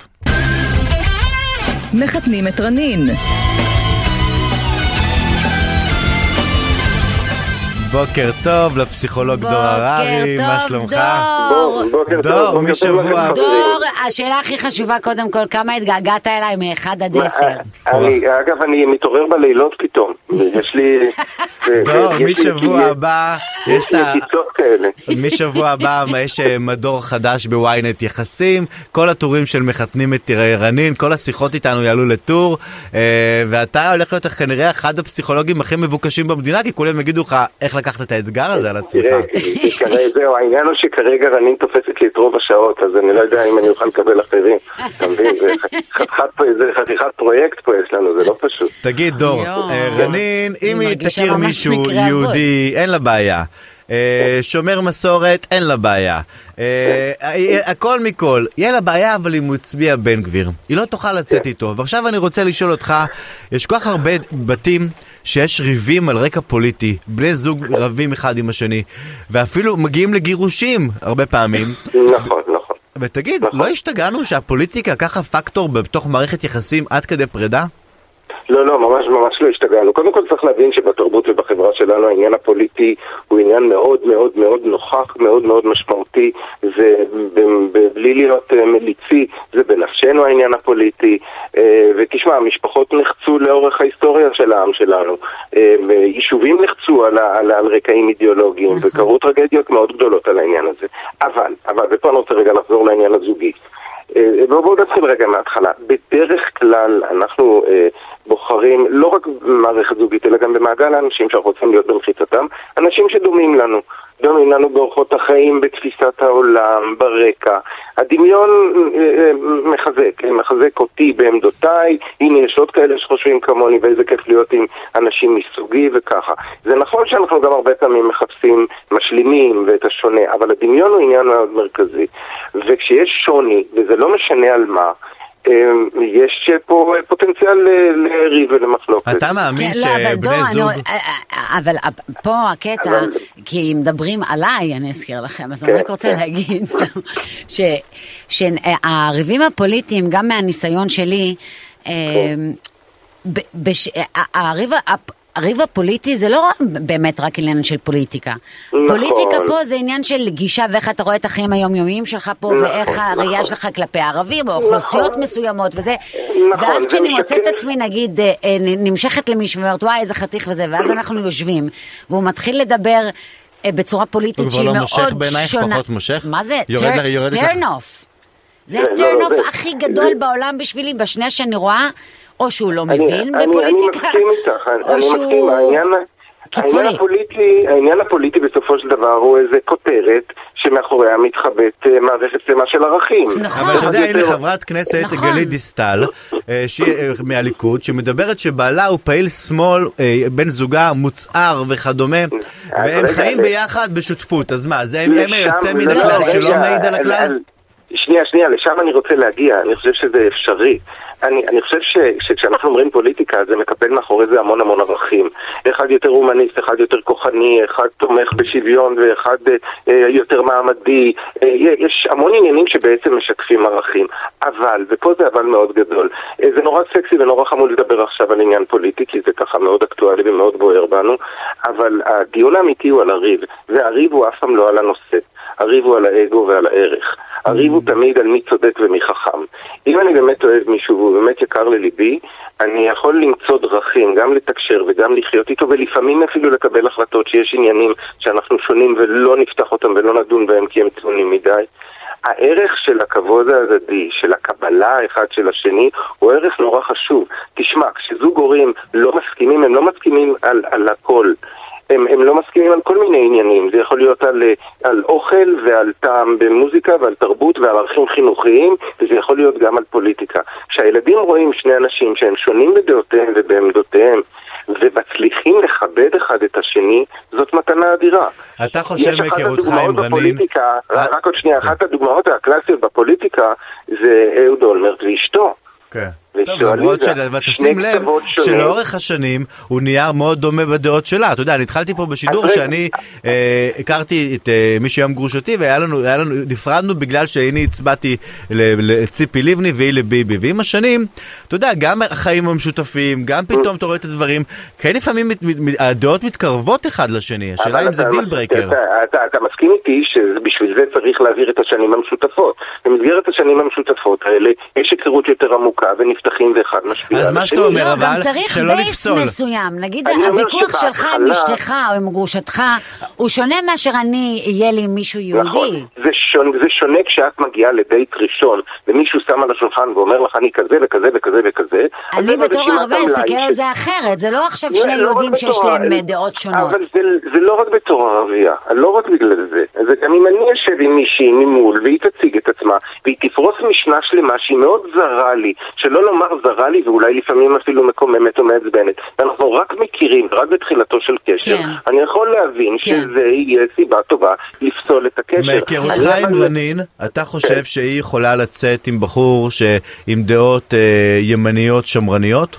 מחתנים את רנין. בוקר טוב לפסיכולוג דור הררי, מה שלומך? בוקר דור, טוב. משבוע. דור, השאלה הכי חשובה קודם כל, כמה התגעגעת אליי מ-1 עד 10? אגב, אני מתעורר בלילות פתאום. יש לי... דור, משבוע הבא, יש קיצות כאלה. משבוע הבא יש מדור חדש בוויינט יחסים, כל הטורים של מחתנים את רנין, כל השיחות איתנו יעלו לטור, ואתה הולך להיות כנראה אחד הפסיכולוגים הכי מבוקשים במדינה, כי כולם יגידו לך איך לקחת את האתגר הזה על עצמך. זהו, העניין הוא שכרגע רנין תופסת לי את רוב השעות, אז אני לא יודע אם אני אוכל לקבל אחרים. אתה מבין, זה חתיכת פרויקט פה יש לנו, זה לא פשוט. תגיד דור, רנין, אם היא תכיר מישהו יהודי, אין לה בעיה. שומר מסורת, אין לה בעיה. הכל מכל, יהיה לה בעיה, אבל אם הוא הצביע בן גביר, היא לא תוכל לצאת איתו. ועכשיו אני רוצה לשאול אותך, יש כל כך הרבה בתים שיש ריבים על רקע פוליטי, בני זוג רבים אחד עם השני, ואפילו מגיעים לגירושים הרבה פעמים. נכון. ותגיד, לא השתגענו שהפוליטיקה ככה פקטור בתוך מערכת יחסים עד כדי פרידה? לא, ממש לא השתגענו. קודם כל צריך להבין שבתרבות ובחברה שלנו העניין הפוליטי הוא עניין מאוד מאוד מאוד נוכח, מאוד מאוד משמעותי. זה בלי להיות מליצי, זה בנפשנו העניין הפוליטי. ותשמע, המשפחות נחצו לאורך ההיסטוריה של העם שלנו. יישובים נחצו על רקעים אידיאולוגיים, וקרו טרגדיות מאוד גדולות על העניין הזה. אבל ופה אני רוצה רגע לחזור לעניין הזוגי. בואו נתחיל רגע מההתחלה. בדרך כלל אנחנו בוחרים לא רק במערכת זוגית, אלא גם במעגל האנשים שאנחנו רוצים להיות במחיצתם, אנשים שדומים לנו באורחות החיים, בתפיסת העולם, ברקע. הדמיון מחזק אותי בעמדותיי, הנה יש עוד כאלה שחושבים כמוני, ואיזה כיף להיות עם אנשים מסוגי וככה. זה נכון שאנחנו גם הרבה פעמים מחפשים משלימים ואת השונה, אבל הדמיון הוא עניין מאוד מרכזי. וכשיש שוני, וזה לא משנה על מה, יש פה פוטנציאל לריב ולמחלוקת. אתה מאמין שבני זוג... אבל פה הקטע, כי מדברים עליי, אני אזכיר לכם, אז אני רק רוצה להגיד שהריבים הפוליטיים, גם מהניסיון שלי, הריב הפוליטי זה לא באמת רק עניין של פוליטיקה. פוליטיקה פה זה עניין של גישה ואיך אתה רואה את החיים היומיומיים שלך פה, ואיך הראייה שלך כלפי הערבים או אוכלוסיות מסוימות וזה. ואז כשאני מוצאת עצמי נגיד נמשכת למישהו ואומרת וואי איזה חתיך וזה, ואז אנחנו יושבים והוא מתחיל לדבר בצורה פוליטית שהיא מאוד שונה. מה זה? turn off. זה ה-turn off הכי גדול בעולם בשבילי, בשנייה שאני רואה או שהוא לא מבין בפוליטיקה, או שהוא קיצוני. העניין הפוליטי בסופו של דבר הוא איזה כותרת שמאחוריה מתחבאת מערכת שלמה של ערכים. אבל אתה יודע, הנה חברת כנסת גלית דיסטל, מהליכוד, שמדברת שבעלה הוא פעיל שמאל, בן זוגה מוצער וכדומה, והם חיים ביחד בשותפות. אז מה, זה הם היוצא מן הכלל שלא מעיד על הכלל? שנייה, לשם אני רוצה להגיע, אני חושב שזה אפשרי. אני חושב שכשאנחנו אומרים פוליטיקה, זה מקפל מאחורי זה המון ערכים. אחד יותר הומניסט, אחד יותר כוחני, אחד תומך בשוויון ואחד יותר מעמדי. יש המון עניינים שבעצם משקפים ערכים. אבל, ופה זה אבל מאוד גדול, זה נורא סקסי ונורא חמוד לדבר עכשיו על עניין פוליטי, כי זה ככה מאוד אקטואלי ומאוד בוער בנו, אבל הדיון האמיתי הוא על הריב, והריב הוא אף פעם לא על הנושא. הריב הוא על האגו ועל הערך. הריב הוא תמיד על מי צודק ומי חכם. אם אני באמת אוהב מישהו והוא באמת יקר לליבי, אני יכול למצוא דרכים, גם לתקשר וגם לחיות איתו, ולפעמים אפילו לקבל החלטות שיש עניינים שאנחנו שונים ולא נפתח אותם ולא נדון בהם כי הם טעונים מדי. הערך של הכבוד ההדדי, של הקבלה האחד של השני, הוא ערך נורא חשוב. תשמע, כשזוג הורים לא מסכימים, הם לא מסכימים על הכל. הם לא מסכימים על כל מיני עניינים. זה יכול להיות על אוכל ועל טעם במוזיקה ועל תרבות ועל ערכים חינוכיים, וזה יכול להיות גם על פוליטיקה. כשהילדים רואים שני אנשים שהם שונים בדעותיהם ובעמדותיהם, ומצליחים לכבד אחד את השני, זאת מתנה אדירה. אתה חושב מהיכרותך עם רנין? רק עוד שנייה, אחת הדוגמאות הקלאסיות בפוליטיקה זה אהוד אולמרט ואשתו. למרות ותשים לב שלאורך השנים הוא נהיה מאוד דומה בדעות שלה. אתה יודע, אני התחלתי פה בשידור שאני הכרתי את מי שהיום גרושתי, נפרדנו בגלל שאני הצבעתי לציפי לבני והיא לביבי. ועם השנים, אתה יודע, גם החיים המשותפים, גם פתאום אתה רואה את הדברים, כי לפעמים הדעות מתקרבות אחד לשני. השאלה אם זה דיל ברייקר. אתה מסכים איתי שבשביל זה צריך להעביר את השנים המשותפות. במסגרת השנים המשותפות האלה יש היכרות יותר עמוקה ונפתחים ואחד משפיע. אז מה שאתה אומר אבל, גם צריך בייס מסוים. נגיד הוויכוח שלך עם אשתך או עם גרושתך הוא שונה מאשר אני אהיה לי מישהו יהודי. נכון, זה שונה כשאת מגיעה לדייט ראשון ומישהו שם על השולחן ואומר לך אני כזה וכזה וכזה וכזה. אני בתור הרבה אסתכל על זה אחרת, זה לא עכשיו שני יהודים שיש להם דעות שונות. אבל זה לא רק בתור ערבייה, לא רק בגלל זה. זה גם אם אני אשב עם מישהי ממול והיא תציג את עצמה והיא תפרוס משנה שלמה שהיא מאוד זרה לי, שלא לומר זרה לי ואולי לפעמים אפילו מקוממת או מעצבנת, ואנחנו רק מכירים, רק בתחילתו של קשר, אני יכול להבין שזה יהיה סיבה טובה לפסול את הקשר. מהיכרותך עם רנין, אתה חושב שהיא יכולה לצאת עם בחור עם דעות ימניות שמרניות?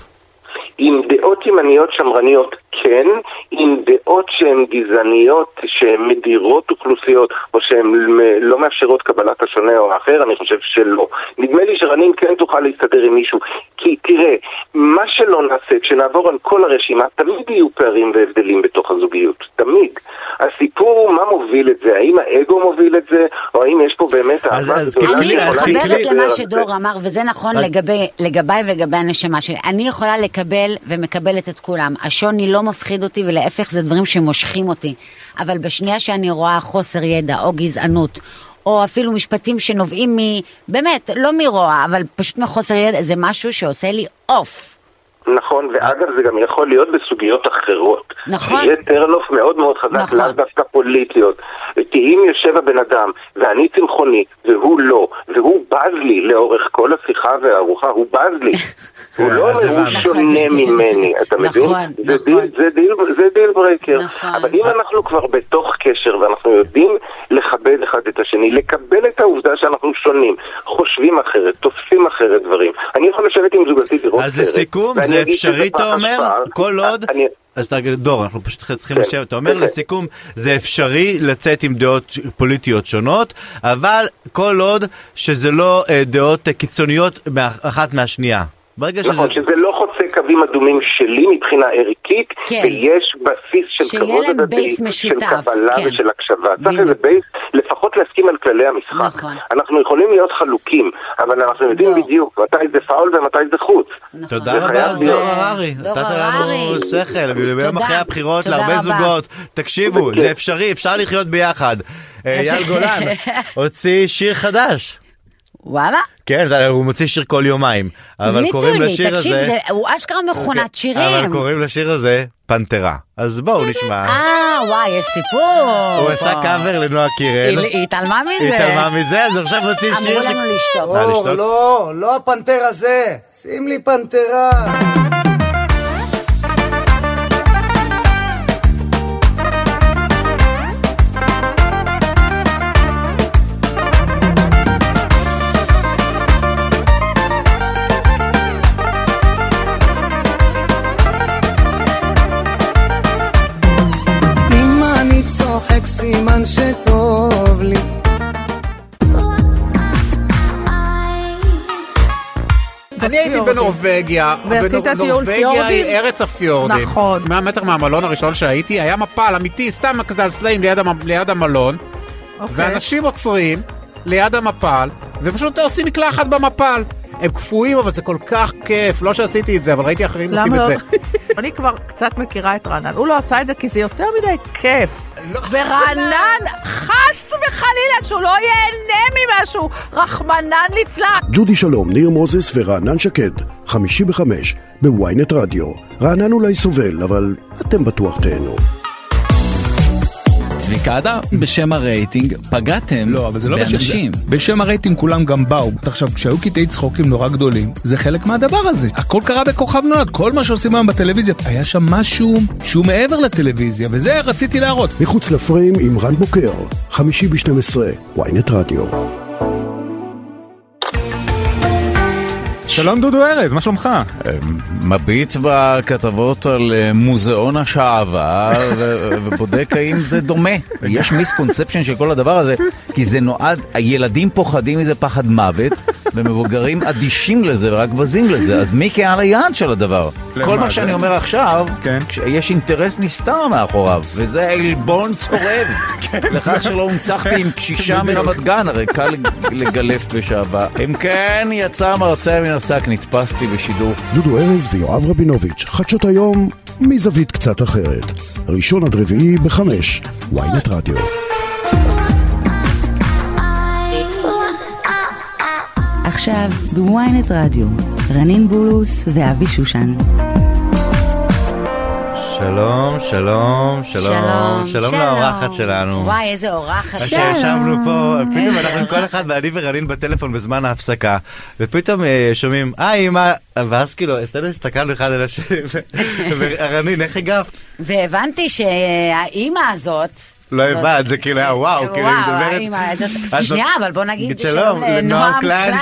עם דעות ימניות שמרניות כן, עם דעות שהן גזעניות, שהן מדירות אוכלוסיות, או שהן לא מאפשרות קבלת השונה או האחר, אני חושב שלא. נדמה לי שרנין כן תוכל להסתדר עם מישהו, כי תראה, מה שלא נעשה, כשנעבור על כל הרשימה, תמיד יהיו פערים והבדלים בתוך הזוגיות, תמיד. הסיפור, מה מוביל את זה? האם האגו מוביל את זה, או האם יש פה באמת אני מתחברת למה שדור אמר, וזה נכון לגביי ולגבי הנשמה שלי. אני יכולה לקבל ומקבלת את כולם. השוני לא מפחיד אותי, ולהפך זה דברים שמושכים אותי. אבל בשנייה שאני רואה חוסר ידע או גזענות, או אפילו משפטים שנובעים באמת, לא מרוע, אבל פשוט מחוסר ידע, זה משהו שעושה לי אוף. נכון, ואגב זה גם יכול להיות בסוגיות אחרות. נכון. שיהיה טרנוף מאוד מאוד חזק, נכון. לאו דווקא פוליטיות. כי אם יושב הבן אדם, ואני צמחוני, והוא לא, והוא בז לי לאורך כל השיחה והארוחה, הוא בז לי. הוא לא אומר, הוא שונה ממני, אתה מבין? זה דיל ברייקר. אבל אם אנחנו כבר בתוך קשר, ואנחנו יודעים לכבד אחד את השני, לקבל את העובדה שאנחנו שונים, חושבים אחרת, תופסים אחרת דברים. אני יכול לשבת עם זוגתי לראות סרט. אז לסיכום, זה אפשרי, אתה אומר, כל עוד... אז דור, אנחנו פשוט צריכים לשבת. אתה אומר לסיכום, זה אפשרי לצאת עם דעות פוליטיות שונות, אבל כל עוד שזה לא דעות קיצוניות אחת מהשנייה. נכון, שזה לא חוצה קווים אדומים שלי מבחינה ערכית, ויש בסיס של כבוד הדדי, של קבלה ושל הקשבה. צריך איזה בייס, לפחות להסכים על כללי המשחק. אנחנו יכולים להיות חלוקים, אבל אנחנו יודעים בדיוק מתי זה פאול ומתי זה חוץ. תודה רבה, דור הררי. נתת לנו שכל, ביום אחרי הבחירות להרבה זוגות. תקשיבו, זה אפשרי, אפשר לחיות ביחד. אייל גולן הוציא שיר חדש. וואלה? כן, הוא מוציא שיר כל יומיים. אבל קוראים לשיר הזה... תקשיב, הוא אשכרה מכונת שירים. אבל קוראים לשיר הזה פנתרה. אז בואו נשמע. וואי, יש סיפור. הוא עשה קאבר לנועה קירל. היא התעלמה מזה. היא התעלמה מזה, אז עכשיו מוציא שיר... אמרו לנו לשתוק. לא הפנתר הזה. שים לי פנתרה. סימן שטוב לי אני הייתי בנורווגיה, נורווגיה היא ארץ הפיורדים. נכון. 100 מטר מהמלון הראשון שהייתי, היה מפל אמיתי, סתם כזה על סלעים ליד המלון, ואנשים עוצרים ליד המפל, ופשוט עושים מקלחת במפל. הם קפואים, אבל זה כל כך כיף. לא שעשיתי את זה, אבל ראיתי אחרים עושים את זה. אני כבר קצת מכירה את רענן. הוא לא עשה את זה כי זה יותר מדי כיף. ורענן חס וחלילה שהוא לא ייהנה ממשהו. רחמנן ליצלן. ג'ודי שלום, ניר מוזס ורענן שקד. 5:55 בוויינט רדיו. רענן אולי סובל, אבל אתם בטוח תהנו. צביקדה, בשם הרייטינג פגעתם לא, אבל זה לא באנשים. בשם הרייטינג כולם גם באו. עכשיו, כשהיו קטעי צחוקים נורא גדולים, זה חלק מהדבר הזה. הכל קרה בכוכב נולד, כל מה שעושים היום בטלוויזיה. היה שם משהו שהוא מעבר לטלוויזיה, וזה רציתי להראות. מחוץ לפריים עם רן בוקר, 5:12, וויינט רדיו. שלום דודו ארז, מה שלומך? מביט בכתבות על מוזיאון השעווה ובודק האם זה דומה. יש מיסקונספשן של כל הדבר הזה, כי זה נועד, הילדים פוחדים מזה פחד מוות, ומבוגרים אדישים לזה ורק בזים לזה. אז מי קהל היעד של הדבר? כל מה שאני אומר עכשיו, יש אינטרס נסתר מאחוריו, וזה עלבון צורב לכך שלא הונצחתי עם קשישה מרמת גן, הרי קל לגלף בשעווה. אם כן, יצא מרצה מן השק, נתפסתי בשידור. דודו ארז ויואב רבינוביץ', חדשות היום מזווית קצת אחרת. ראשון עד רביעי ב5, ynet רדיו. עכשיו בוויינט רדיו, רנין בולוס ואבי שושן. שלום, שלום, שלום, שלום לאורחת שלנו. וואי, איזה אורחת. שישבנו פה, פתאום אנחנו כל אחד ואני ורנין בטלפון בזמן ההפסקה, ופתאום שומעים, אמא, ואז כאילו, הסתכלנו אחד על השני, ורנין, איך הגבת? והבנתי שהאימא הזאת, לא הבנת, זה כאילו היה וואו, כאילו היא מדברת. שנייה, אבל בוא נגיד שלום לנועם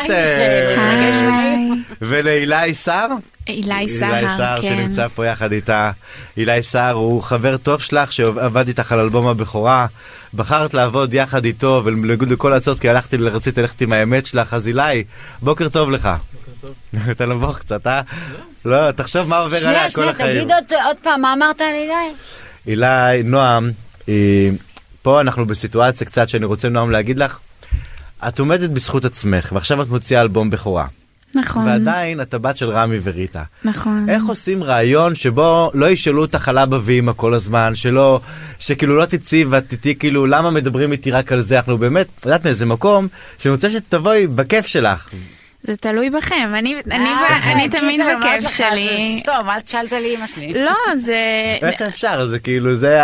קליינשטיין ולאילי שר. אילי סהר, כן. שנמצא פה יחד איתה. אילי סהר הוא חבר טוב שלך שעבד איתך על אלבום הבכורה. בחרת לעבוד יחד איתו ולגוד לכל הצעות כי רציתי ללכת עם האמת שלך. אז אילי, בוקר טוב לך. בוקר טוב. אתה נבוך קצת, לא, תחשוב מה עובר עליה כל החיים. תגיד עוד פעם, מה אמרת על אילי? אילי, נועם, פה אנחנו בסיטואציה קצת שאני רוצה נועם להגיד לך, את עומדת בזכות עצמך ועכשיו את מוציאה אלבום בכורה. נכון. ועדיין את הבת של רמי וריטה. נכון. איך עושים רעיון שבו לא ישאלו אותך על אבא ואמא כל הזמן, שכאילו לא תצאי ותתהי כאילו למה מדברים איתי רק על זה, אנחנו באמת, יודעת מאיזה מקום, שאני רוצה שתבואי בכיף שלך. זה תלוי בכם, אני תמיד בכיף שלי. סתום, אל תשאלת לי אמא שלי. לא, זה... איך אפשר? זה כאילו, זה...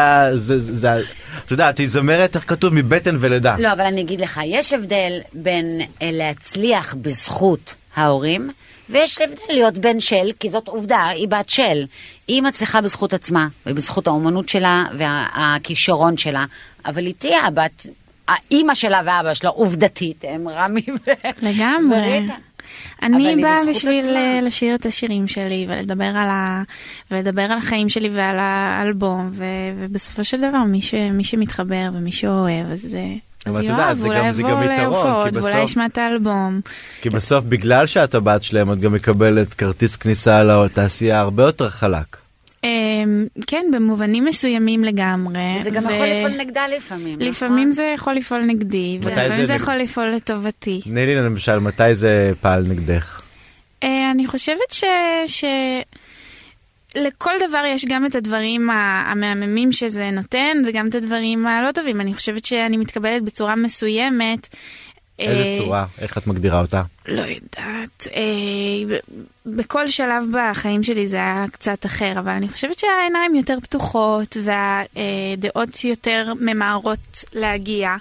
אתה יודע, תזמרת איך כתוב מבטן ולידה. לא, אבל אני אגיד לך, יש הבדל בין להצליח בזכות ההורים, ויש הבדל להיות בן של, כי זאת עובדה, היא בת של. היא מצליחה בזכות עצמה, ובזכות האומנות שלה והכישרון שלה, אבל היא תהיה הבת... האמא שלה ואבא שלה עובדתית, הם רמי לגמרי. אני באה בשביל לשיר את השירים שלי ולדבר על החיים שלי ועל האלבום, ובסופו של דבר מי שמתחבר ומי שאוהב, אז יואב, ואולי יבוא להופעות, ואולי ישמע את האלבום. כי בסוף בגלל שאת הבת שלהם, את גם מקבלת כרטיס כניסה לתעשייה הרבה יותר חלק. כן, במובנים מסוימים לגמרי. זה גם יכול לפעול נגדה לפעמים. לפעמים זה יכול לפעול נגדי, ולפעמים זה יכול לפעול לטובתי. תני לי למשל, מתי זה פעל נגדך? אני חושבת לכל דבר יש גם את הדברים המהממים שזה נותן, וגם את הדברים הלא טובים. אני חושבת שאני מתקבלת בצורה מסוימת. איזה צורה? איך את מגדירה אותה? לא יודעת. בכל שלב בחיים שלי זה היה קצת אחר, אבל אני חושבת שהעיניים יותר פתוחות, והדעות יותר ממהרות להגיע.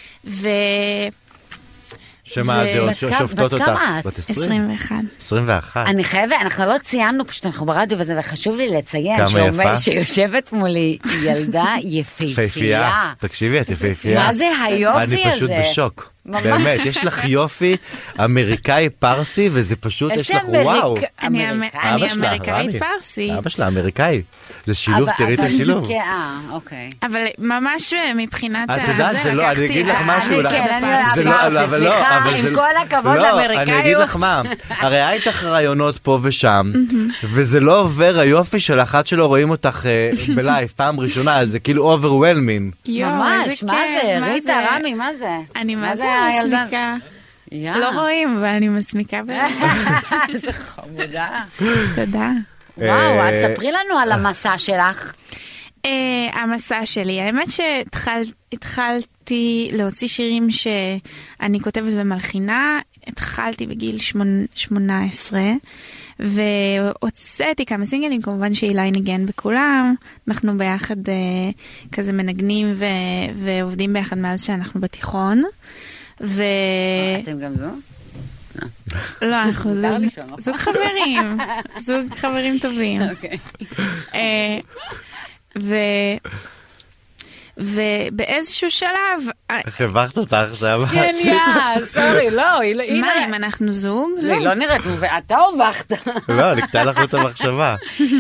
שמה הדעות שופטות אותך? בת 21. 21. אני חייבת, אנחנו לא ציינו, פשוט אנחנו ברדיו וזה, וחשוב לי לציין שיושבת מולי ילדה יפהפייה. תקשיבי, את יפהפייה. מה זה היופי הזה? אני פשוט בשוק. באמת, יש לך יופי אמריקאי פרסי, וזה פשוט, יש לך וואו. אני אמריקאית פרסי. אבא שלה אמריקאי. זה שילוב, תראי את השילוב. אוקיי. אבל ממש מבחינת את יודעת, זה לא, אני אגיד לך משהו. סליחה, עם כל הכבוד לאמריקאיות. אני אגיד לך מה, הרי היית לך רעיונות פה ושם, וזה לא עובר היופי של אחת שלא רואים אותך בלייב, פעם ראשונה, זה כאילו overwhelming. ממש, מה זה? ריטה, רמי, מה זה? אני מה זה מסמיקה. לא רואים, אבל אני מסמיקה באמת. זה חמודה. תודה. וואו, אז ספרי לנו על המסע שלך. המסע שלי, האמת שהתחלתי להוציא שירים שאני כותבת במלחינה, התחלתי בגיל 18, והוצאתי כמה סינגלים, כמובן שאילי ניגן בכולם, אנחנו ביחד כזה מנגנים ועובדים ביחד מאז שאנחנו בתיכון. אתם גם זו? לא, אנחנו זוג חברים, זוג חברים טובים. ובאיזשהו שלב... איך הבחת אותה עכשיו? כן, סורי, לא. מה, אם אנחנו זוג? לא, היא לא נראית, ואתה הובכת. לא, נקטע לך את המחשבה.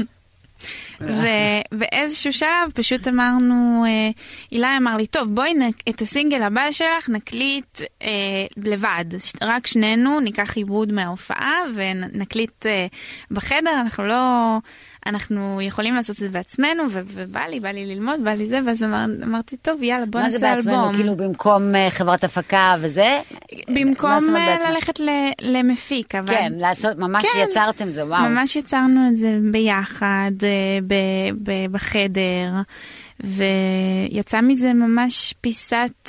ובאיזשהו שלב פשוט אמרנו, אילי אמר לי, טוב, בואי את הסינגל הבא שלך נקליט לבד, רק שנינו ניקח עיבוד מההופעה ונקליט בחדר, אנחנו יכולים לעשות את זה בעצמנו, ובא לי ללמוד, בא לי זה, ואז אמרתי, טוב, יאללה, בוא נעשה אלבום. מה זה בעצמנו? כאילו במקום חברת הפקה וזה? במקום ללכת למפיק, אבל... כן, לעשות, ממש יצרתם זה, וואו. ממש יצרנו את זה ביחד, בחדר, ויצא מזה ממש פיסת...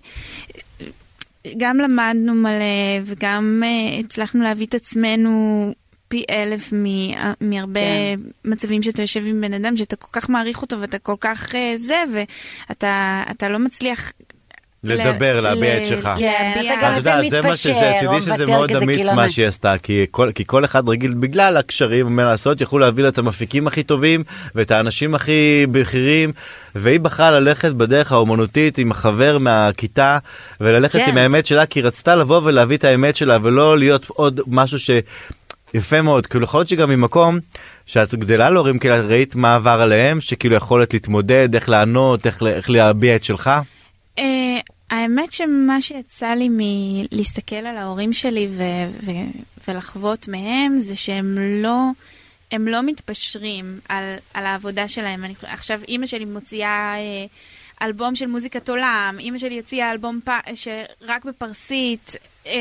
גם למדנו מלא, וגם הצלחנו להביא את עצמנו... פי 1000 מהרבה מצבים שאתה יושב עם בן אדם, שאתה כל כך מעריך אותו, ואתה כל כך ואתה לא מצליח לדבר, להביע את שלך. אתה גם זה מתפשר, תדעי שזה מאוד אמיץ מה שהיא עשתה, כי כל אחד רגיל בגלל הקשרים, מה לעשות, יכולו להביא לה את המפיקים הכי טובים, ואת האנשים הכי בכירים, והיא בחרה ללכת בדרך האומנותית עם החבר מהכיתה, וללכת עם האמת שלה, כי היא רצתה לבוא ולהביא את האמת שלה, ולא להיות עוד משהו יפה מאוד, כאילו יכול להיות שגם ממקום שאת גדלה להורים, כאילו ראית מה עבר עליהם, שכאילו יכולת להתמודד, איך לענות, איך להביע את שלך? האמת שמה שיצא לי מלהסתכל על ההורים שלי ולחוות מהם, זה שהם לא מתפשרים על העבודה שלהם. עכשיו אמא שלי מוציאה אלבום של מוזיקת עולם, אמא שלי הוציאה אלבום רק בפרסית,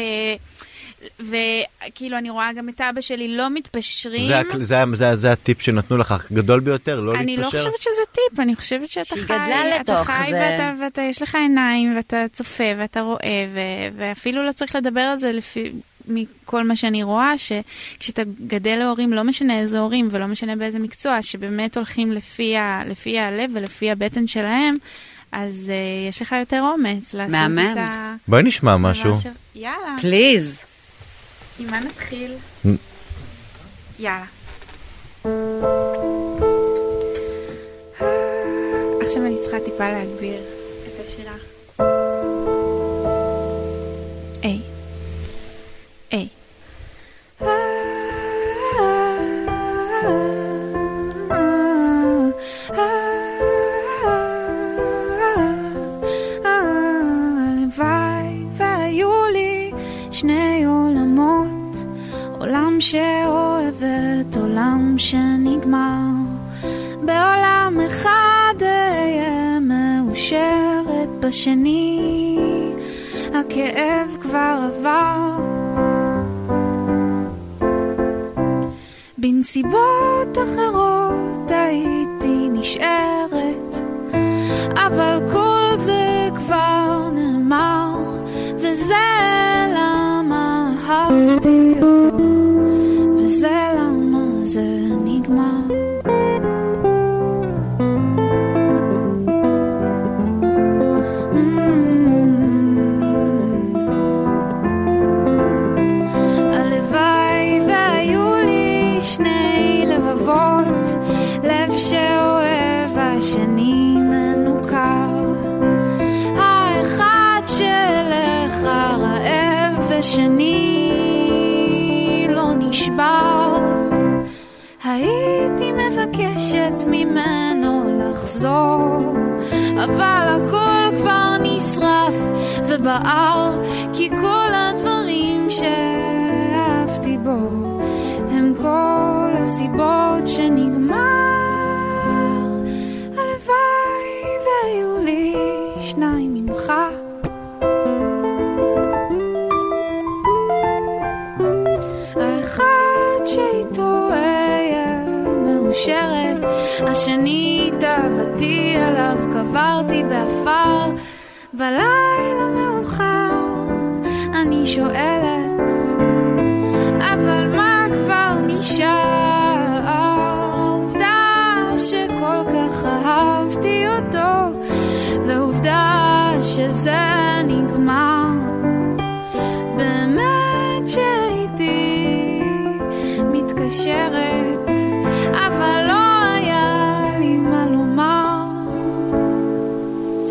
וכאילו אני רואה גם את אבא שלי לא מתפשרים. זה הטיפ שנתנו לך, גדול ביותר, לא להתפשר? אני לא חושבת שזה טיפ, אני חושבת שאתה חי ואתה יש לך עיניים ואתה צופה ואתה רואה, ואפילו לא צריך לדבר על זה לפי מכל מה שאני רואה, שכשאתה גדל להורים, לא משנה איזה הורים ולא משנה באיזה מקצוע, שבאמת הולכים לפי הלב ולפי הבטן שלהם, אז יש לך יותר אומץ לעשות את ה... בואי נשמע משהו. יאללה. פליז. עם מה נתחיל? יאללה. עכשיו אני צריכה טיפה להגביר את השירה. איי. איי. הלוואי והיו לי שני עולמות, עולם שאוהבת, עולם שנגמר. בעולם אחד אהיה מאושרת, בשני הכאב כבר עבר. בנסיבות אחרות הייתי נשארת, אבל כל זה כבר נאמר, וזה למה אהבתי אותו, וזה למה זה נגמר. הלוואי והיו לי שני לבבות, לב שאוהב השני מנוכר, האחד שלך רעב ושני לא נשבר. הייתי מבקשת ממנו לחזור, אבל הכל כבר נשרף ובער, כי כל הדברים שאהבתי בו הם כל הסיבות שנגמר. הלוואי והיו לי שניים ממך, האחד שאיתו אהיה מאושרת, השני תאוותי עליו קברתי באפר. בלילה מאוחר אני שואלת, אבל מה כבר נשאר? העובדה שכל כך אהבתי אותו, ועובדה שזה נגמר. באמת שהייתי מתקשרת, אבל לא היה לי מה לומר.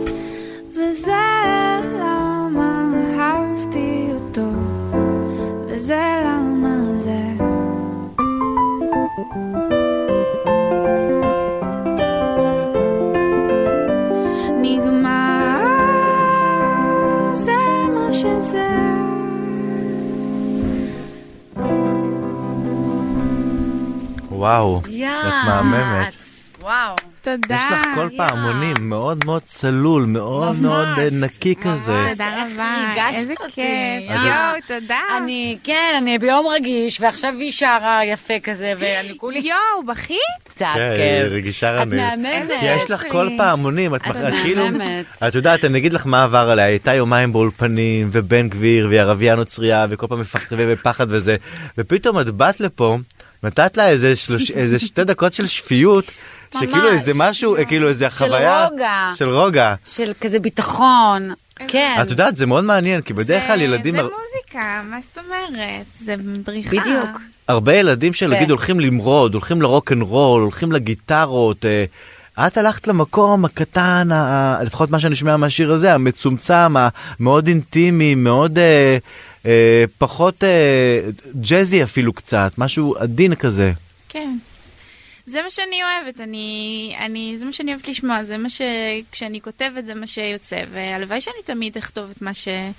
וואו, את מהממת. וואו. תודה. יש לך כל פעמונים מאוד מאוד צלול, מאוד מאוד נקי כזה. תודה רבה, איזה כיף. תודה. אני ביום רגיש, ועכשיו היא שרה יפה כזה, ואני כולי... יואו, בכית? קצת, כן. רגישה רנית. את מהממת. יש לך כל פעמונים, את מהממת. את יודעת, אני אגיד לך מה עבר עליה, הייתה יומיים באולפנים, ובן גביר, והערבייה נוצריה, וכל פעם מפחד ופחד וזה, ופתאום את באת לפה, נתת לה איזה 2 דקות של שפיות, שכאילו איזה משהו, כאילו איזה חוויה של רוגע. של כזה ביטחון. כן. את יודעת, זה מאוד מעניין, כי בדרך כלל ילדים... זה מוזיקה, מה זאת אומרת? זה בריחה. בדיוק. הרבה ילדים שנגיד הולכים למרוד, הולכים לרוק-אנד-רול, הולכים לגיטרות. את הלכת למקום הקטן, לפחות מה שאני שומע מהשיר הזה, המצומצם, המאוד אינטימי, מאוד פחות ג'זי אפילו קצת, משהו עדין כזה. כן. זה מה שאני אוהבת, זה מה שאני אוהבת לשמוע, זה מה כשאני כותבת זה מה שיוצא, והלוואי שאני תמיד אכתוב את מה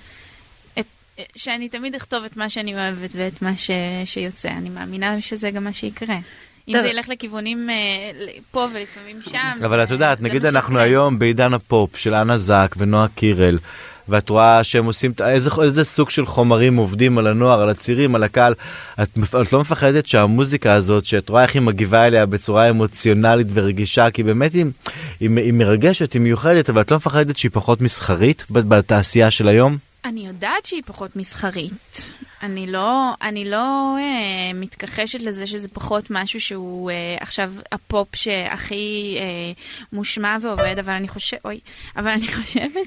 שאני אכתוב את מה שאני אוהבת ואת מה שיוצא. אני מאמינה שזה גם מה שיקרה. אם זה ילך לכיוונים פה ולפעמים שם. אבל את יודעת, נגיד אנחנו היום בעידן הפופ של אנה זק ונועה קירל, ואת רואה שהם עושים איזה סוג של חומרים עובדים על הנוער, על הצעירים, על הקהל. את לא מפחדת שהמוזיקה הזאת, שאת רואה איך היא מגיבה אליה בצורה אמוציונלית ורגישה, כי באמת היא מרגשת, היא מיוחדת, אבל את לא מפחדת שהיא פחות מסחרית בתעשייה של היום? אני יודעת שהיא פחות מסחרית. אני לא מתכחשת לזה שזה פחות משהו שהוא עכשיו הפופ שהכי מושמע ועובד, אבל אני חושבת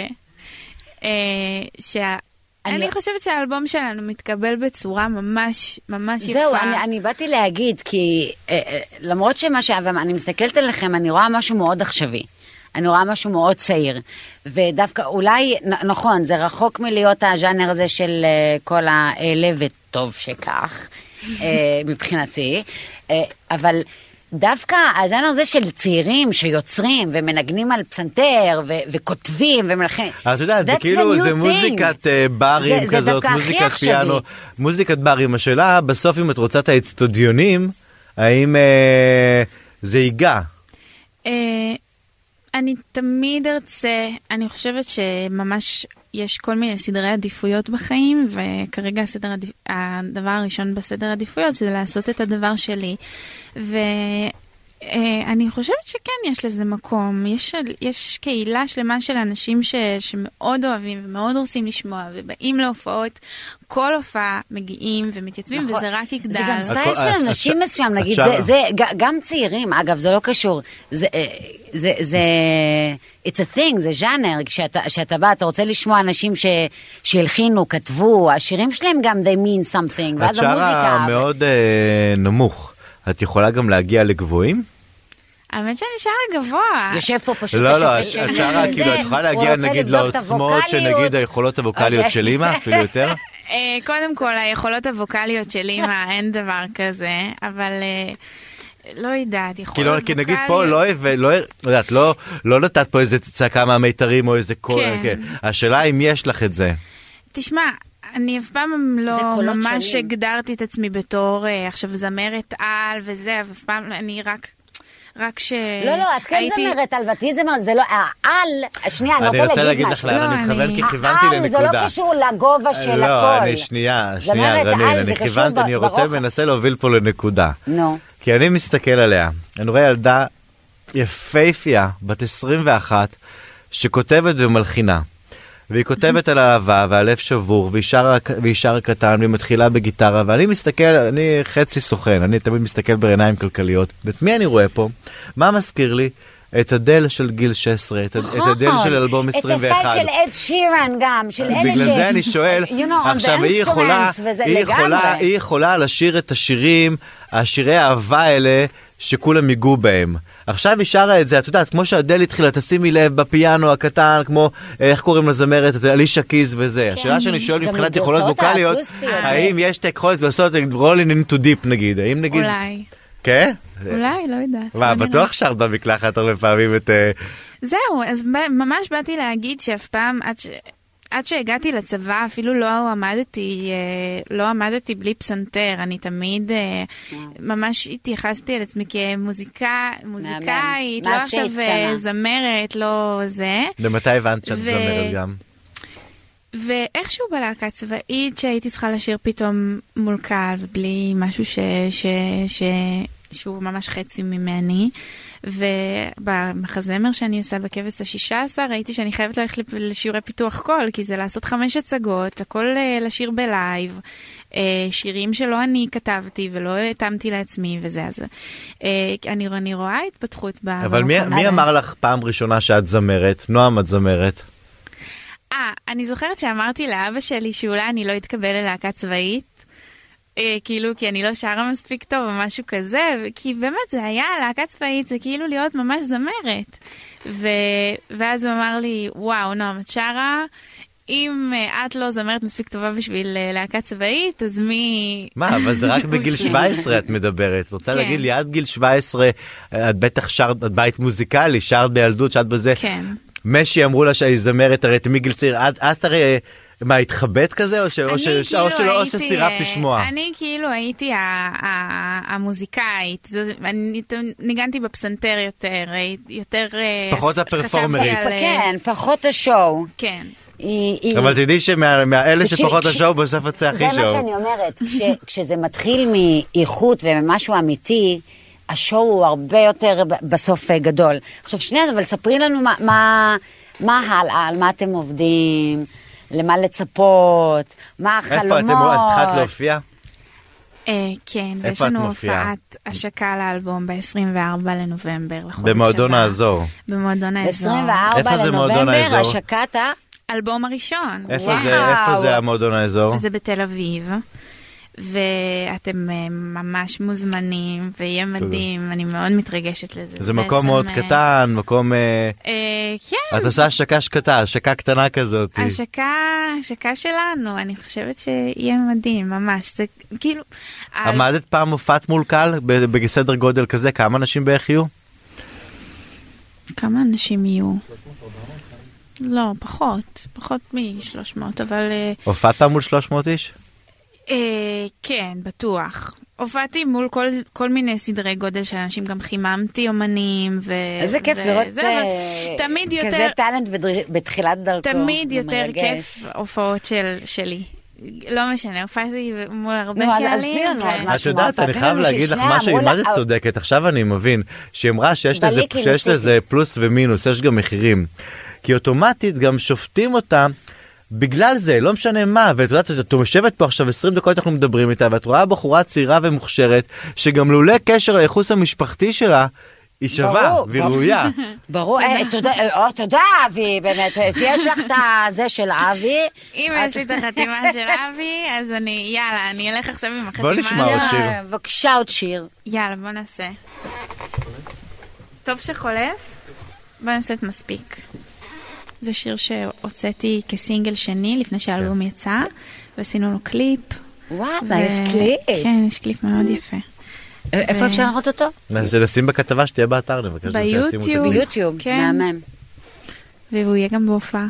אני חושבת שהאלבום שלנו מתקבל בצורה ממש ממש יפה. זהו, אני באתי להגיד, כי למרות אני מסתכלת עליכם, אני רואה משהו מאוד עכשווי. אני רואה משהו מאוד צעיר, ודווקא אולי, נכון, זה רחוק מלהיות הז'אנר הזה של כל האלה, וטוב שכך, מבחינתי, אבל דווקא הז'אנר הזה של צעירים שיוצרים ומנגנים על פסנתר וכותבים ומלחים. את יודעת, זה כאילו, זה מוזיקת ברים כזאת, מוזיקת פיאנו, מוזיקת ברים. השאלה, בסוף אם את רוצה את האצטדיונים, האם זה ייגע? אני תמיד ארצה, אני חושבת שממש יש כל מיני סדרי עדיפויות בחיים, וכרגע הדבר הראשון בסדר עדיפויות זה לעשות את הדבר שלי, ואני חושבת שכן יש לזה מקום, יש קהילה שלמה של אנשים שמאוד אוהבים ומאוד רוצים לשמוע, ובאים להופעות, כל הופעה מגיעים ומתייצבים, וזה רק יגדל. זה גם סטייל של אנשים מסוים, נגיד, זה גם צעירים, אגב, זה לא קשור, זה it's a thing, זה ז'אנר, כשאתה בא, אתה רוצה לשמוע אנשים שהלחינו, כתבו, השירים שלהם גם they mean something, ואז המוזיקה... את שרה מאוד נמוך, את יכולה גם להגיע לגבוהים? האמת שאני שרה גבוה. יושב פה פשוט השופט של... לא, את שרה, כאילו, את יכולה להגיע נגיד לעוצמות שנגיד היכולות הווקליות של אמא, אפילו יותר? קודם כל, היכולות הווקליות של אמא, אין דבר כזה, אבל... לא יודעת, יכולות ווקליות. כי נגיד פה לא נתת פה איזה צעקה מהמיתרים או איזה קול. כן. השאלה אם יש לך את זה. תשמע, אני אף פעם לא ממש הגדרתי את עצמי בתור עכשיו זמרת על וזה, אף פעם אני רק ש... לא, את כן זמרת על, ואתי זמרת, זה לא, העל, שנייה, אני רוצה להגיד משהו. אני מתכוון כי כיוונתי לנקודה. העל זה לא קשור לגובה של הכל. לא, שנייה, רנין, אני רוצה ומנסה להוביל פה לנקודה. נו. כי אני מסתכל עליה, אני רואה ילדה יפהפייה, בת 21, שכותבת ומלחינה. והיא כותבת על אהבה והלב שבור, והיא שר קטן, והיא מתחילה בגיטרה, ואני מסתכל, אני חצי סוכן, אני תמיד מסתכל בעיניים כלכליות. ואת מי אני רואה פה? מה מזכיר לי? את הדל של גיל 16, את הדל של אלבום 21. את הסטייל של אד שירן גם, של אלה בגלל זה אני שואל, עכשיו היא יכולה לשיר את השירי האהבה האלה, שכולם ייגעו בהם. עכשיו היא שרה את זה, את יודעת, כמו שהדל התחילה, תשימי לב בפיאנו הקטן, כמו, איך קוראים לזמרת, אלישה קיז וזה. השאלה שאני שואל מבחינת יכולות ווקליות, האם יש את היכולת לעשות רולינג אינטו דיפ נגיד, האם נגיד... אולי. כן? אולי, לא יודעת. מה, בטוח שרת במקלחת הרבה פעמים את... זהו, אז ממש באתי להגיד שאף פעם, עד שהגעתי לצבא אפילו לא עמדתי בלי פסנתר, אני תמיד ממש התייחסתי על עצמי כמוזיקאית, לא עכשיו זמרת, לא זה. ומתי הבנת שאת זמרת גם? ואיכשהו בלהקה צבאית שהייתי צריכה לשיר פתאום מול קהל ובלי משהו שהוא ממש חצי ממני, ובמחזמר שאני עושה בכבש ה-16 ראיתי שאני חייבת ללכת לשיעורי פיתוח קול, כי זה לעשות 5 הצגות, הכל לשיר בלייב, שירים שלא אני כתבתי ולא התאמתי לעצמי וזה, אז אני רואה התפתחות. אבל מי אמר לך פעם ראשונה שאת זמרת? נועם, את זמרת? אני זוכרת שאמרתי לאבא שלי שאולי אני לא אתקבל ללהקה צבאית, כאילו כי אני לא שרה מספיק טוב או משהו כזה, כי באמת זה היה להקה צבאית, זה כאילו להיות ממש זמרת. ואז הוא אמר לי, וואו, נועם, את שרה, אם את לא זמרת מספיק טובה בשביל להקה צבאית, אז מי... מה, אבל זה רק בגיל 17 את מדברת. את רוצה להגיד לי, עד גיל 17, את בטח שרת בית מוזיקלי, שרת בילדות, שאת בזה. כן. משי אמרו לה שהיא זמרת, הרי מגיל צעיר, את הרי... מה, התחבאת כזה, או שסירבת לשמוע? אני כאילו הייתי המוזיקאית, אני ניגנתי בפסנתר יותר... פחות הפרפורמרית. כן, פחות השואו. כן. אבל תדעי שמאלה שפחות השואו, בסוף הצע הכי שואו. זה מה שאני אומרת, כשזה מתחיל מאיכות וממשהו אמיתי, השואו הוא הרבה יותר בסוף גדול. עכשיו שנייה, אבל ספרי לנו מה הלאה, על מה אתם עובדים... למה לצפות, מה החלומות. איפה אתם התחלת להופיע? כן, ויש לנו הופעת השקה לאלבום ב-24 לנובמבר. במועדון האזור. במועדון האזור. 24 לנובמבר, השקת האלבום הראשון. איפה זה המועדון האזור? זה בתל אביב. ואתם ממש מוזמנים, ויהיה מדהים, אני מאוד מתרגשת לזה. זה מקום מאוד קטן, מקום... כן. את עושה השקה שקטה, השקה קטנה כזאת. השקה שלנו, אני חושבת שיהיה מדהים, ממש. זה כאילו... עמדת פעם הופעת מול קהל, בסדר גודל כזה, כמה אנשים בערך יהיו? כמה אנשים יהיו? לא, פחות מ-300, אבל... הופעת מול 300 איש? כן, בטוח. הופעתי מול כל מיני סדרי גודל של אנשים, גם חיממתי אומנים. איזה כיף לראות תמיד יותר, כזה טלנט בתחילת דרכו. תמיד יותר כיף הופעות שלי. לא משנה, הופעתי מול הרבה קהלים. את יודעת, אני חייב להגיד לך משהו, מה זה צודקת? עכשיו אני מבין, שהיא אמרה שיש לזה פלוס ומינוס, יש גם מחירים. כי אוטומטית גם שופטים אותה, בגלל זה, לא משנה מה, ואת יודעת, את יושבת פה עכשיו 20 דקות אנחנו מדברים איתה, ואת רואה בחורה צעירה ומוכשרת, שגם לולא קשר ליחוס המשפחתי שלה, היא שווה, והיא ראויה. ברור, תודה אבי, באמת, יש לך את זה של אבי. אם יש לי את החתימה של אבי, אז אני אלך עכשיו עם החתימה. בוא נשמע עוד שיר. בבקשה עוד שיר. יאללה, בוא נעשה. טוב שחולף, בוא נעשה את מספיק. זה שיר שהוצאתי כסינגל שני לפני שהאלבום יצא, ועשינו לו קליפ. וואלה, יש קליפ. כן, יש קליפ מאוד יפה. איפה אפשר לראות אותו? זה לשים בכתבה שתהיה באתר, נבקש. ביוטיוב, מהמם. והוא יהיה גם בהופעה.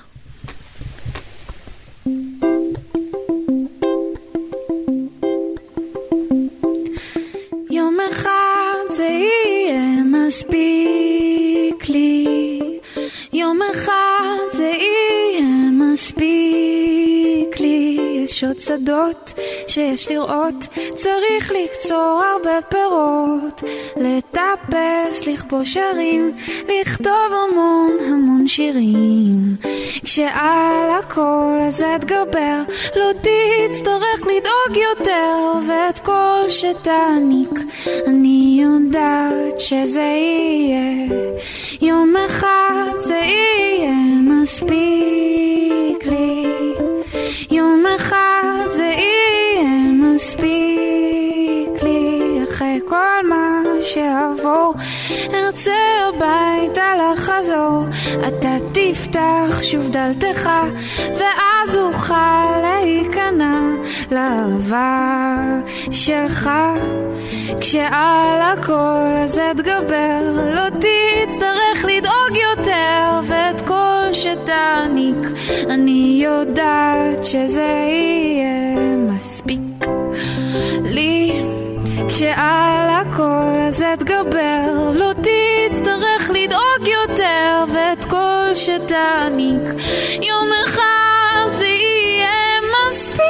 יום אחד זה יהיה מספיק לי, יום אחד זה יהיה מספיק לי, יש עוד שדות שיש לראות, צריך לקצור הרבה פירות, לטפס, לכבוש ערים, לכתוב המון שירים, כשעל הכל הזה תגבר, לא תצטרך לדאוג יותר, ואת כל שתעניק אני יודעת שזה יהיה, יום אחד זה יהיה מספיק לי, יום אחד זה יהיה מספיק לי, אחרי כל מה שעבור ארצה הביתה לחזור, אתה תפתח שוב דלתך ואז אוכל להיכנע לאהבה שלך, כשעל הכל הזה תגבר, לא תצטרך לדאוג יותר, ואת כל שתעניק אני יודעת שזה יהיה מספיק לי, כשעל הכל אז אתגבר, לא תצטרך לדאוג יותר, ואת כל שתעניק יום אחד זה יהיה מספיק.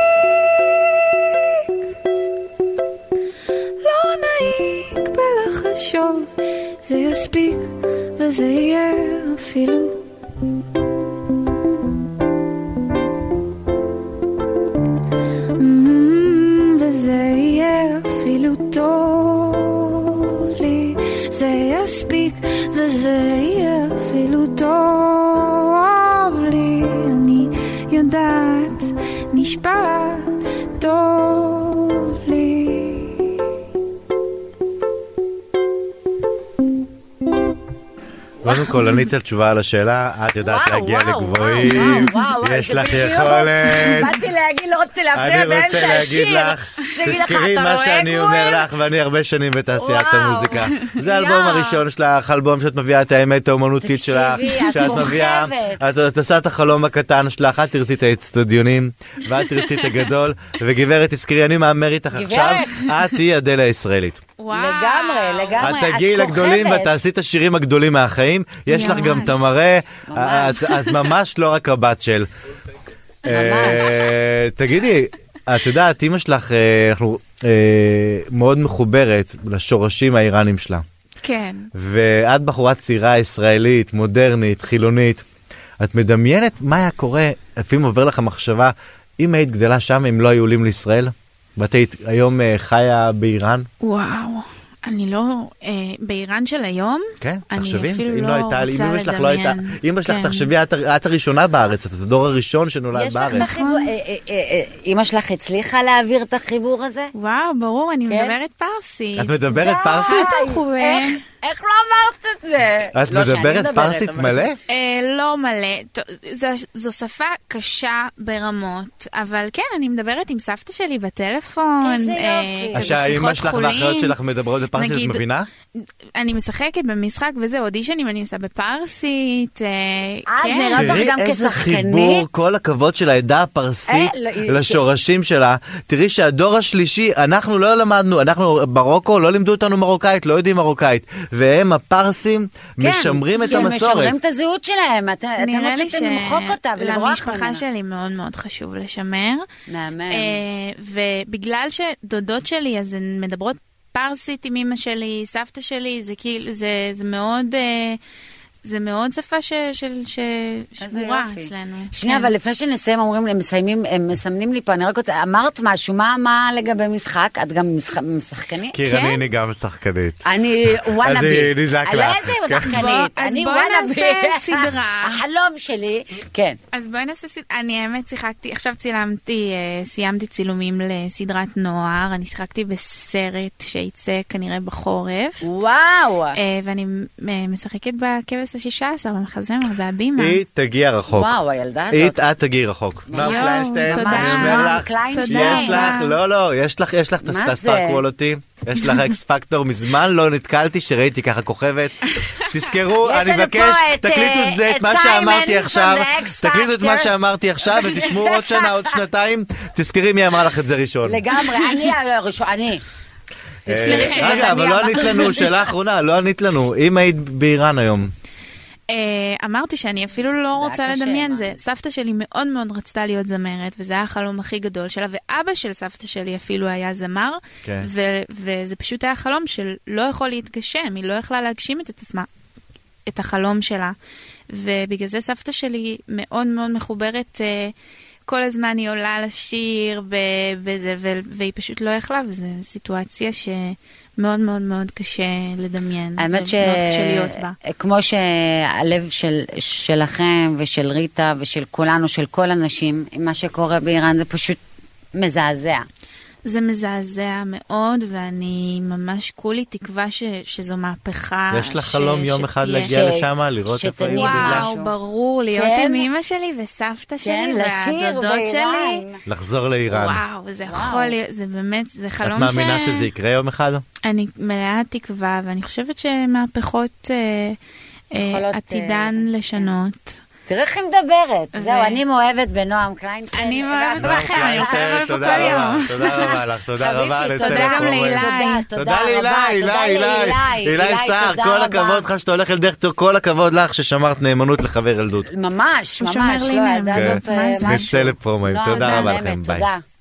לא נעיק בלחשוב, זה יספיק וזה יהיה אפילו וזה יהיה אפילו טוב לי, זה יספיק וזה יהיה אפילו טוב לי, אני יודעת נשבעת טוב לי. קודם כל, אני אצל תשובה על השאלה, את יודעת להגיע לגבוהים, יש לך יכולת. באתי להגיד, לא רציתי להפריע באמצע השיר. אני רוצה להגיד לך, תזכרי מה שאני אומר לך, ואני הרבה שנים בתעשיית המוזיקה. זה האלבום הראשון שלך, אלבום שאת מביאה את האמת האומנותית שלך, שאת מביאה, את עושה את החלום הקטן שלך, את תרצי את האצטדיונים, ואת תרצי את הגדול, וגברת, תזכרי, אני מאמר איתך עכשיו, את תהיי אדלה הישראלית. לגמרי, לגמרי, את תגיעי לגדולים ואת תעשי את השירים הגדולים מהחיים, יש לך גם את המראה, את ממש לא רק הבת של. תגידי, את יודעת, אמא שלך מאוד מחוברת לשורשים האיראנים שלה. כן. ואת בחורה צעירה ישראלית, מודרנית, חילונית. את מדמיינת מה היה קורה, לפעמים עובר לך מחשבה, אם היית גדלה שם, אם לא היו עולים לישראל? ואת היית היום חיה באיראן? וואו, אני לא... באיראן של היום? כן, תחשבי. אני אפילו לא רוצה לדמיין. אמא שלך, תחשבי, את הראשונה בארץ, את הדור הראשון שנולד בארץ. אמא שלך הצליחה להעביר את החיבור הזה? וואו, ברור, אני מדברת פרסית. את מדברת פרסית? איך לא אמרת את זה? את מדברת פרסית מלא? לא מלא. זו שפה קשה ברמות, אבל כן, אני מדברת עם סבתא שלי בטלפון. איזה יופי. אמא שלך והאחיות שלך מדברות בפרסית, את מבינה? אני משחקת במשחק וזה, אודישנים אני עושה בפרסית. אז נראה אותך גם כשחקנית. איזה חיבור, כל הכבוד של העדה הפרסית לשורשים שלה. תראי שהדור השלישי, אנחנו לא למדנו, אנחנו ברוקו, לא לימדו אותנו מרוקאית, לא יודעים מרוקאית. והם הפרסים משמרים את המסורת. כן, משמרים את הזהות שלהם. אתם רציתם למחוק אותה ולברוח ממנה. למשפחה שלי מאוד מאוד חשוב לשמר. מאמן. ובגלל שדודות שלי אז הן מדברות פרסית עם אמא שלי, סבתא שלי, זה כאילו, זה מאוד שפה ששמורה אצלנו. שנייה, אבל לפני שנסיים, אומרים, הם מסמנים לי פה, אני רק רוצה, אמרת משהו, מה לגבי משחק? את גם משחקנית? כי אני גם שחקנית. אני וואנאבי. אז נדלק לך. על איזה שחקנית? אני וואנאבי. אז בואי נעשה סדרה. החלום שלי, כן. אז בואי נעשה סדרה. אני האמת שיחקתי, עכשיו סיימתי צילומים לסדרת נוער, אני שיחקתי בסרט שיצא כנראה בחורף. וואו. ואני משחקת בכבש ה-16 במחזמר, בהבימה. היא תגיע רחוק. וואו, הילדה הזאת. את תגיעי רחוק. נועם קליינשטיין, תודה. אני אומר לך, קליינשטיין. יש לך את הסטאר קוולטי, יש לך אקס פקטור, מזמן לא נתקלתי שראיתי ככה כוכבת. תזכרו, אני מבקש, תקליטו את מה שאמרתי עכשיו, תקליטו את מה שאמרתי עכשיו, ותשמעו עוד שנה, עוד שנתיים, תזכרי מי אמרה לך את זה ראשון. לגמרי, אני. רגע, אבל לא ענית לנו, שאלה אחרונה, לא ענית לנו, אם היית באיראן היום. אמרתי שאני אפילו לא רוצה לדמיין זה. סבתא שלי מאוד מאוד רצתה להיות זמרת, וזה היה החלום הכי גדול שלה, ואבא של סבתא שלי אפילו היה זמר, וזה פשוט היה חלום שלא יכול להתגשם, היא לא יכלה להגשים את עצמה, את החלום שלה. ובגלל זה סבתא שלי מאוד מאוד מחוברת, כל הזמן היא עולה לשיר בזה, והיא פשוט לא יכלה, וזו סיטואציה שמאוד מאוד מאוד קשה לדמיין. האמת כמו שהלב שלכם ושל ריטה ושל כולנו, של כל אנשים, עם מה שקורה באיראן, זה פשוט מזעזע. זה מזעזע מאוד, ואני ממש כולי תקווה שזו מהפכה. יש לך חלום יום אחד להגיע לשם, לראות איפה היא גדלה? וואו, ברור, להיות עם אמא שלי וסבתא שלי והדודות שלי. לחזור לאיראן. וואו, זה יכול להיות, זה באמת, זה חלום את מאמינה שזה יקרה יום אחד? אני מלאה תקווה, ואני חושבת שמהפכות עתידן לשנות. תראה איך היא מדברת. זהו, אני מאוהבת בנועם קליינשטיין. אני מאוהבת בכם, אני רוצה לאהוב פה כל יום. תודה רבה לך, תודה רבה. תודה גם לאילי. תודה לאילי סער, כל הכבוד לך שאתה הולך לדרך, כל הכבוד לך ששמרת נאמנות לחבר ילדות. ממש, ממש, לא, העדה הזאת משהו. נצא לפרומים, תודה רבה לכם, ביי.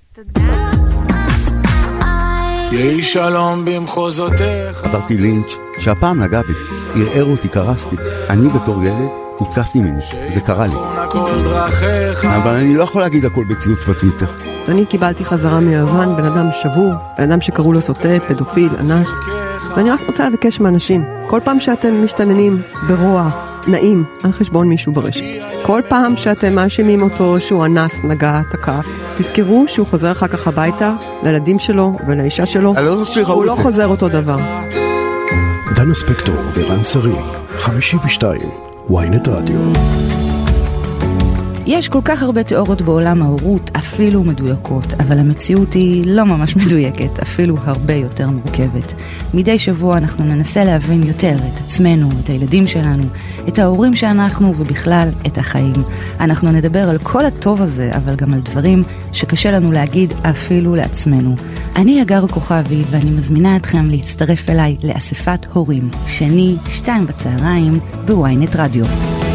יהי שלום במחוזותיך. עברתי לינץ' שהפעם נגע בי, ערער אותי, קרסתי. אני בתור ילד הותקפתי ממנו, זה קרה לי. אבל אני לא יכול להגיד הכל בציוץ בטוויטר. אני קיבלתי חזרה מיוון בן אדם שבור, בן אדם שקראו לו סוטה, פדופיל, אנס, ואני רק רוצה לבקש מאנשים, כל פעם שאתם משתננים ברוע, נעים, על חשבון מישהו ברשת, כל פעם שאתם מאשימים אותו שהוא אנס, נגע, תקף, תזכרו שהוא חוזר אחר כך הביתה לילדים שלו ולאישה שלו, הוא לא חוזר אותו דבר. דנה ספקטור ורן שריג, 52, ynet רדיו. יש כל כך הרבה תיאוריות בעולם ההורות, אפילו מדויקות, אבל המציאות היא לא ממש מדויקת, אפילו הרבה יותר מורכבת. מדי שבוע אנחנו ננסה להבין יותר את עצמנו, את הילדים שלנו, את ההורים שאנחנו ובכלל את החיים. אנחנו נדבר על כל הטוב הזה, אבל גם על דברים שקשה לנו להגיד אפילו לעצמנו. אני אגר כוכבי ואני מזמינה אתכם להצטרף אליי לאספת הורים, שני, 2 בצהריים, בוויינט רדיו.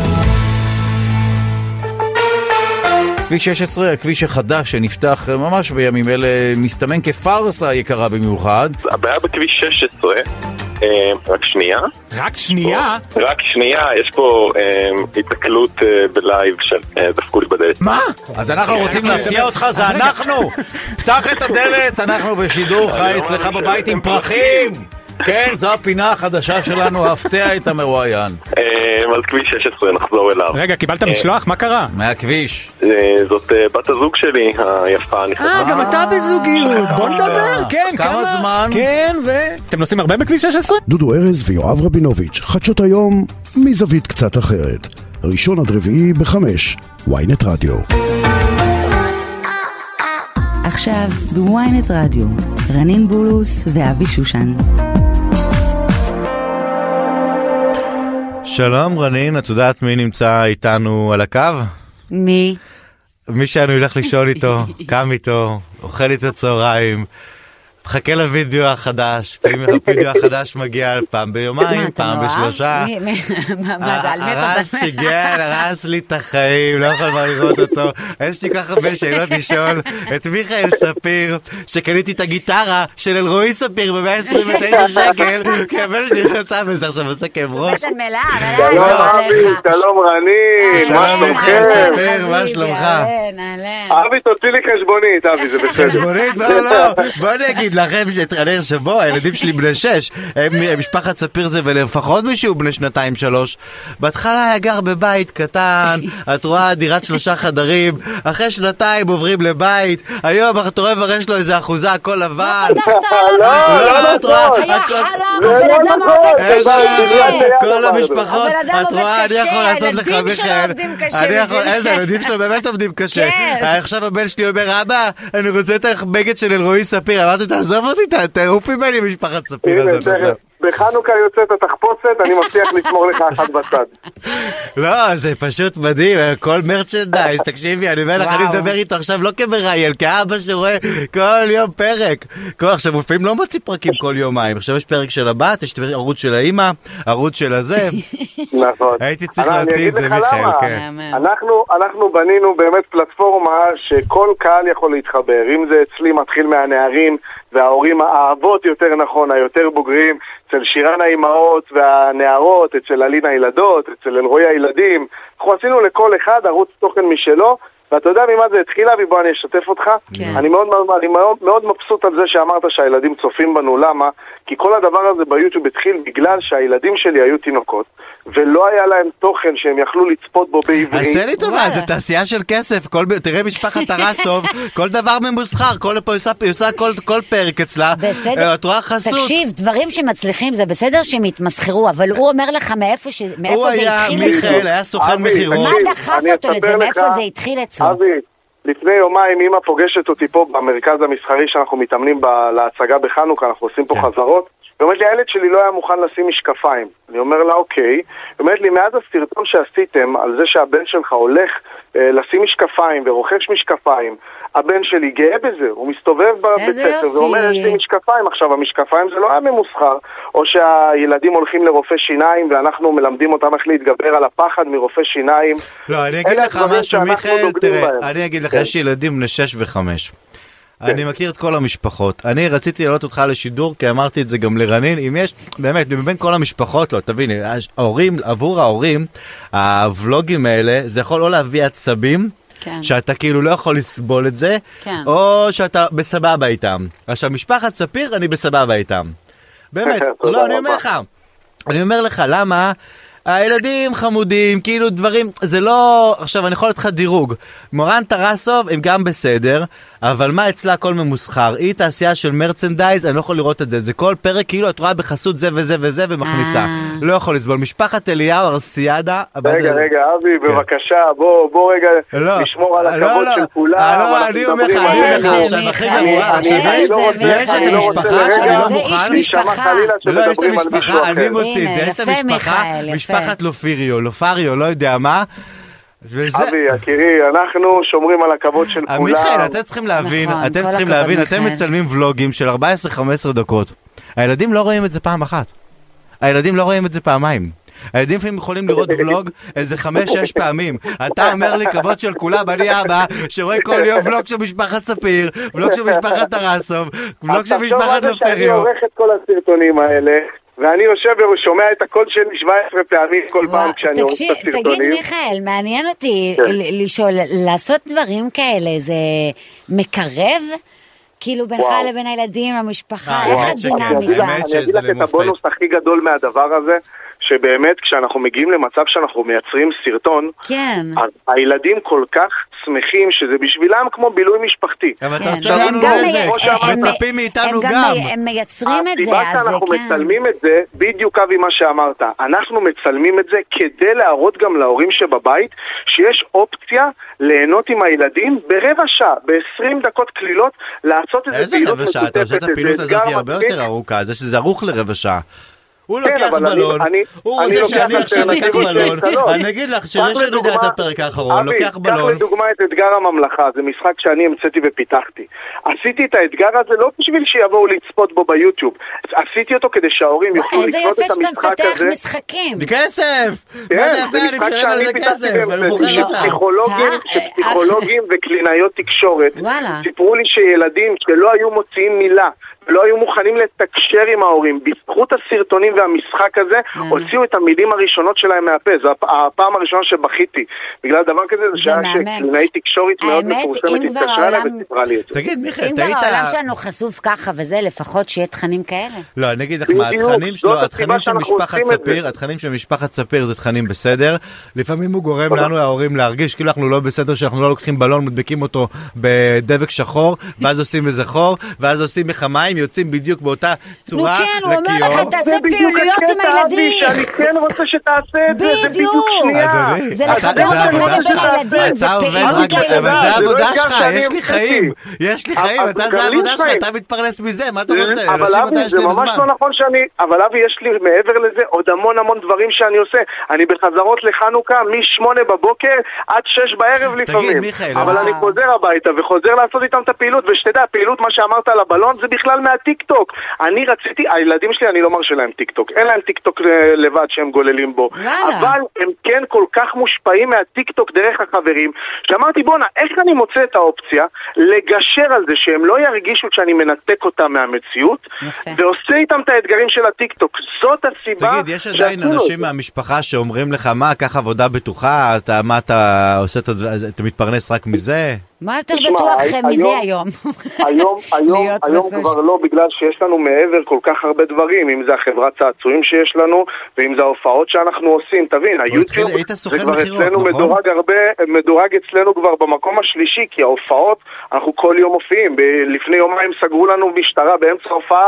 כביש 16, הכביש החדש שנפתח ממש בימים אלה, מסתמן כפרסה יקרה במיוחד. הבעיה בכביש 16, רק שנייה. רק שנייה? רק שנייה, יש פה התקלות בלייב שדפקו לי בדלת. מה? אז אנחנו רוצים להפתיע אותך, זה אנחנו! פתח את הדלת, אנחנו בשידור חי אצלך בבית עם פרחים! כן, זו הפינה החדשה שלנו, הפתיע את המרואיין. על כביש 16, נחזור אליו. רגע, קיבלת משלוח? מה קרה? מהכביש. זאת בת הזוג שלי, היפה הנכונה. גם אתה בזוגיות, בוא נדבר, כן, כמה זמן? כן, אתם נוסעים הרבה בכביש 16? דודו ארז ויואב רבינוביץ', חדשות היום מזווית קצת אחרת. ראשון עד רביעי ב5, ynet רדיו. עכשיו בוויינט רדיו, רנין בולוס ואבי שושן. שלום רנין, את יודעת מי נמצא איתנו על הקו? מי? מי שאני הולך לישון איתו, קם איתו, אוכל איתו צהריים, מחכה לוידאו החדש, פעמים הוידאו החדש מגיע פעם ביומיים, פעם בשלושה. מה זה, על מי אתה הרס שיגן, הרס לי את החיים, לא יכול כבר לראות אותו. יש לי כך הרבה שאלות לשאול את מיכאל ספיר, שקניתי את הגיטרה של אלרועי ספיר ב-129 שקל, כי הבן שלי חצה בזה עכשיו עושה כאב ראש. שלום אבי, שלום רני, מה שלומכם? מה שלומך? אבי, תוציא לי חשבונית, אבי, זה בסדר. חשבונית? לא, בוא נגיד לכם שבו הילדים שלי בני 6, משפחת ספיר זה ולפחות מישהו בני 2-3. בהתחלה היה גר בבית קטן, את רואה דירת 3 חדרים, אחרי 2 עוברים לבית, היום את רואה יש לו איזה אחוזה הכל לבן. לא, את רואה, כל המשפחות, את רואה, אני יכול לעשות לך מיכאל, איזה הילדים שלו באמת עובדים קשה. עכשיו הבן שלי אומר, אבא, אני רוצה את הבגד של אלרועי ספיר, אמרתי, תעזוב אותי, תעוף ממני משפחת ספיר הזאת. בחנוכה יוצאת התחפושת, אני מבטיח לשמור לך אחד בצד. לא, זה פשוט מדהים, כל מרצ'נדייז, תקשיבי, אני אומר לך, אני מדבר איתו עכשיו לא כמראיין, כאבא שרואה כל יום פרק. עכשיו, לפעמים לא מוציא פרקים כל יומיים, עכשיו יש פרק של הבת, יש ערוץ של האמא, ערוץ של הזה. נכון. הייתי צריך להוציא את זה, מיכאל, כן. אנחנו בנינו באמת פלטפורמה שכל קהל יכול להתחבר, אם זה אצלי מתחיל מהנערים, וההורים האהבות יותר נכון, היותר בוגרים, אצל שירן האימהות והנערות, אצל אלינה הילדות, אצל אלרועי הילדים. אנחנו עשינו לכל אחד ערוץ תוכן משלו, ואתה יודע ממה זה התחילה, ובוא אני אשתף אותך. אני מאוד מבסוט על זה שאמרת שהילדים צופים בנו. למה? כי כל הדבר הזה ביוטיוב התחיל בגלל שהילדים שלי היו תינוקות, ולא היה להם תוכן שהם יכלו לצפות בו בעברית. עשה לי טובה, זה תעשייה של כסף. תראה משפחת הרסוב, כל דבר ממוסחר, היא עושה כל פרק אצלה. בסדר, תקשיב, דברים שמצליחים זה בסדר שהם יתמסחרו, אבל הוא אומר לך מאיפה זה התחיל. הוא היה, מיכאל, היה סוכן מחירות. מה דחף אותו לזה, מאיפה זה התחיל אצלו? אבי, לפני יומיים אמא פוגשת אותי פה במרכז המסחרי שאנחנו מתאמנים להצגה בחנוכה, אנחנו עושים פה חזרות, היא אומרת לי, הילד שלי לא היה מוכן לשים משקפיים. אני אומר לה, אוקיי. היא אומרת לי, מאז הסרטון שעשיתם על זה שהבן שלך הולך לשים משקפיים ורוכש משקפיים, הבן שלי גאה בזה, הוא מסתובב בבית ספר ואומר, יש לי משקפיים. עכשיו, המשקפיים זה לא היה ממוסחר, או שהילדים הולכים לרופא שיניים ואנחנו מלמדים אותם איך להתגבר על הפחד מרופא שיניים. לא, אני אגיד לך משהו, מיכאל, תראה, אני אגיד לך, יש ילדים בני 6 ו5. אני מכיר את כל המשפחות. אני רציתי להעלות אותך לשידור, כי אמרתי את זה גם לרנין. אם יש, באמת, מבין כל המשפחות, לא, תבין, עבור ההורים, הוולוגים האלה, זה יכול לא להביא עצבים, שאתה כאילו לא יכול לסבול את זה, או שאתה בסבבה איתם. עכשיו, משפחת ספיר, אני בסבבה איתם. באמת, לא, אני אומר לך, למה? הילדים חמודים, כאילו דברים, זה לא, עכשיו אני יכול לתת לך דירוג, מורן טרסוב הם גם בסדר, אבל מה אצלה הכל ממוסחר, היא תעשייה של מרצנדייז, אני לא יכול לראות את זה, זה כל פרק כאילו את רואה בחסות זה וזה וזה ומכניסה, לא יכול לסבול, משפחת אליהו, ארסיאדה, רגע, אבי, בבקשה, בוא רגע נשמור על הכבוד של כולם, אני אומר לך, שאני הכי גרוע, יש את המשפחה שאני לא מוכן, לא, יש את המשפחה, אני מוציא את זה, יש את המשפחה, משפחת לופריו, לא יודע מה. אבי, יקירי, אנחנו שומרים על הכבוד של כולם. מיכאל, אתם צריכים להבין, אתם מצלמים ולוגים של 14-15 דקות. הילדים לא רואים את זה פעם אחת. הילדים לא רואים את זה פעמיים. הילדים יכולים לראות ולוג איזה 5-6 פעמים. אתה אומר לי כבוד של כולם, אני אבא שרואה כל יום ולוג של משפחת ספיר, ולוג של משפחת טרסוב, ולוג של משפחת לופריו. שאני עורך את כל הסרטונים האלה, ואני יושב ושומע את הקול שלי 17 פעמים כל פעם כשאני עורך את הסרטונים. תגיד מיכאל, מעניין אותי לשאול, לעשות דברים כאלה, זה מקרב? כאילו בינך לבין הילדים, המשפחה, איך הדינמיקה? אני אגיד לך את הבונוס הכי גדול מהדבר הזה, שבאמת כשאנחנו מגיעים למצב שאנחנו מייצרים סרטון, אז הילדים כל כך שמחים שזה בשבילם כמו בילוי משפחתי. אבל אתה עושה לנו לזה, מצפים מאיתנו גם. הם מייצרים את זה. הסיבה שאנחנו מצלמים את זה, בדיוק אבי מה שאמרת, אנחנו מצלמים את זה כדי להראות גם להורים שבבית, שיש אופציה ליהנות עם הילדים ברבע שעה, ב-20 דקות כלילות, לעשות איזה פעילות משותפת. איזה רבע שעה? אתה עושה את הפעילות הזאת הרבה יותר ארוכה, זה שזה ערוך לרבע שעה. הוא לוקח בלון, הוא רוצה שאני עכשיו לוקח בלון, אני אגיד לך שיש לנו את הפרק האחרון, לוקח בלון. קח לדוגמה את אתגר הממלכה, זה משחק שאני המצאתי ופיתחתי. עשיתי את האתגר הזה לא בשביל שיבואו לצפות בו ביוטיוב, עשיתי אותו כדי שההורים יוכלו לקנות את המשחק הזה. איזה יפה שאתה מפתח משחקים. כסף! מה זה יפה, אני משלם על זה כסף, אני בוחר אותה. שפסיכולוגים וקלינאיות תקשורת סיפרו לי שילדים שלא היו מוציאים מילה, לא היו מוכנים לתקשר עם ההורים, בזכות הסרטונים והמשחק הזה, הוציאו את המילים הראשונות שלהם מהפה. זו הפעם הראשונה שבכיתי. בגלל דבר כזה, זה שהיה שקלינאית תקשורת מאוד מפורסמת, התקשרה אליי וסיפרה לי את זה. תגיד, מיכאל, אם כבר העולם שלנו חשוף ככה וזה, לפחות שיהיה תכנים כאלה. לא, אני אגיד לך מה, התכנים של משפחת ספיר זה תכנים בסדר. לפעמים הוא גורם לנו, ההורים, להרגיש כאילו אנחנו לא בסדר, שאנחנו לא לוקחים בלון, מדבקים אותו בדבק שחור, ואז עושים איזה חור, ואז עושים מחמיים, יוצאים בדיוק באותה צורה לכיור. נו כן, הוא אומר לך, תעשה פעילויות עם הילדים. שאני כן רוצה שתעשה את זה, זה בדיוק שנייה. זה לחבר אותך בין הילדים, זה פעילות הילדים. אבל זה העבודה שלך, יש לי חיים. יש לי חיים, זה העבודה שלך, אתה מתפרנס מזה, מה אתה רוצה? אבל אבי, זה ממש לא נכון שאני... אבל אבי, יש לי מעבר לזה עוד המון דברים שאני עושה. אני בחזרות לחנוכה מ-8 בבוקר עד 6 בערב לפעמים. אבל אני חוזר הביתה וחוזר לעשות איתם את הפעילות, ושתדע, הפעילות, מה שאמרת על הבלון, זה בכלל מהטיק טוק. אני רציתי, הילדים שלי, אני לא מרשה להם טיק טוק. אין להם טיק טוק לבד שהם גוללים בו. אבל הם כן כל כך מושפעים מהטיק טוק דרך החברים, שאמרתי, בונה, איך אני מוצא את האופציה לגשר על זה שהם לא ירגישו שאני מנתק אותם מהמציאות, ועושה איתם את האתגרים של הטיק טוק. זאת הסיבה. תגיד, יש עדיין אנשים מהמשפחה שאומרים לך, מה, קח עבודה בטוחה, מה אתה עושה, אתה מתפרנס רק מזה? מה יותר בטוח מזה היום? היום כבר לא, בגלל שיש לנו מעבר כל כך הרבה דברים, אם זה החברת צעצועים שיש לנו, ואם זה ההופעות שאנחנו עושים, תבין, היוטיוב זה כבר אצלנו מדורג אצלנו כבר במקום השלישי, כי ההופעות, אנחנו כל יום מופיעים, לפני יומיים סגרו לנו משטרה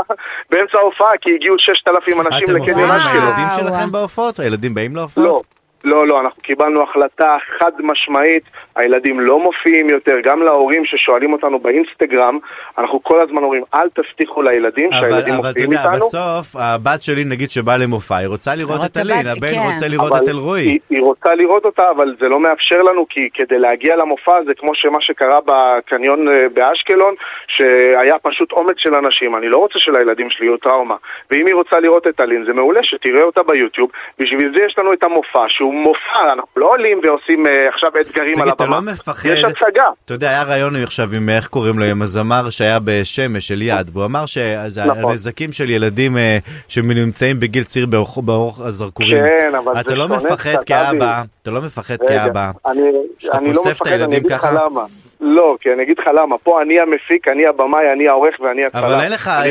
באמצע ההופעה, כי הגיעו 6,000 אנשים לקניון אשקלון. הילדים שלכם בהופעות? הילדים באים להופעות? לא. לא, אנחנו קיבלנו החלטה חד משמעית, הילדים לא מופיעים יותר, גם להורים ששואלים אותנו באינסטגרם, אנחנו כל הזמן אומרים, אל תבטיחו לילדים שהילדים מופיעים איתנו. אבל אתה יודע, בסוף, הבת שלי נגיד שבאה למופע, היא רוצה לראות את אלין, הבן רוצה לראות את אלרועי. היא רוצה לראות אותה, אבל זה לא מאפשר לנו, כי כדי להגיע למופע זה כמו שמה שקרה בקניון באשקלון, שהיה פשוט עומק של אנשים, אני לא רוצה שלילדים שלי יהיו טראומה, ואם היא רוצה לראות את אלין, זה מעולה שתראה אותה ביוטיוב, בשביל זה יש לנו את המופע, שהוא מופע, אנחנו לא עולים ועושים עכשיו אתגרים על הבמה. יש הצגה. אתה יודע, היה רעיון עכשיו עם איך קוראים לו, עם הזמר שהיה בשמש, אליעד, והוא אמר שהנזקים של ילדים שנמצאים בגיל צעיר באורך הזרקורים. כן, אבל אתה לא מפחד כאבא, אתה לא מפחד כאבא, שאתה חושף את הילדים ככה? לא, כי אני אגיד לך למה, פה אני המפיק, אני הבמאי, אני העורך ואני הצלם. אבל אין לך,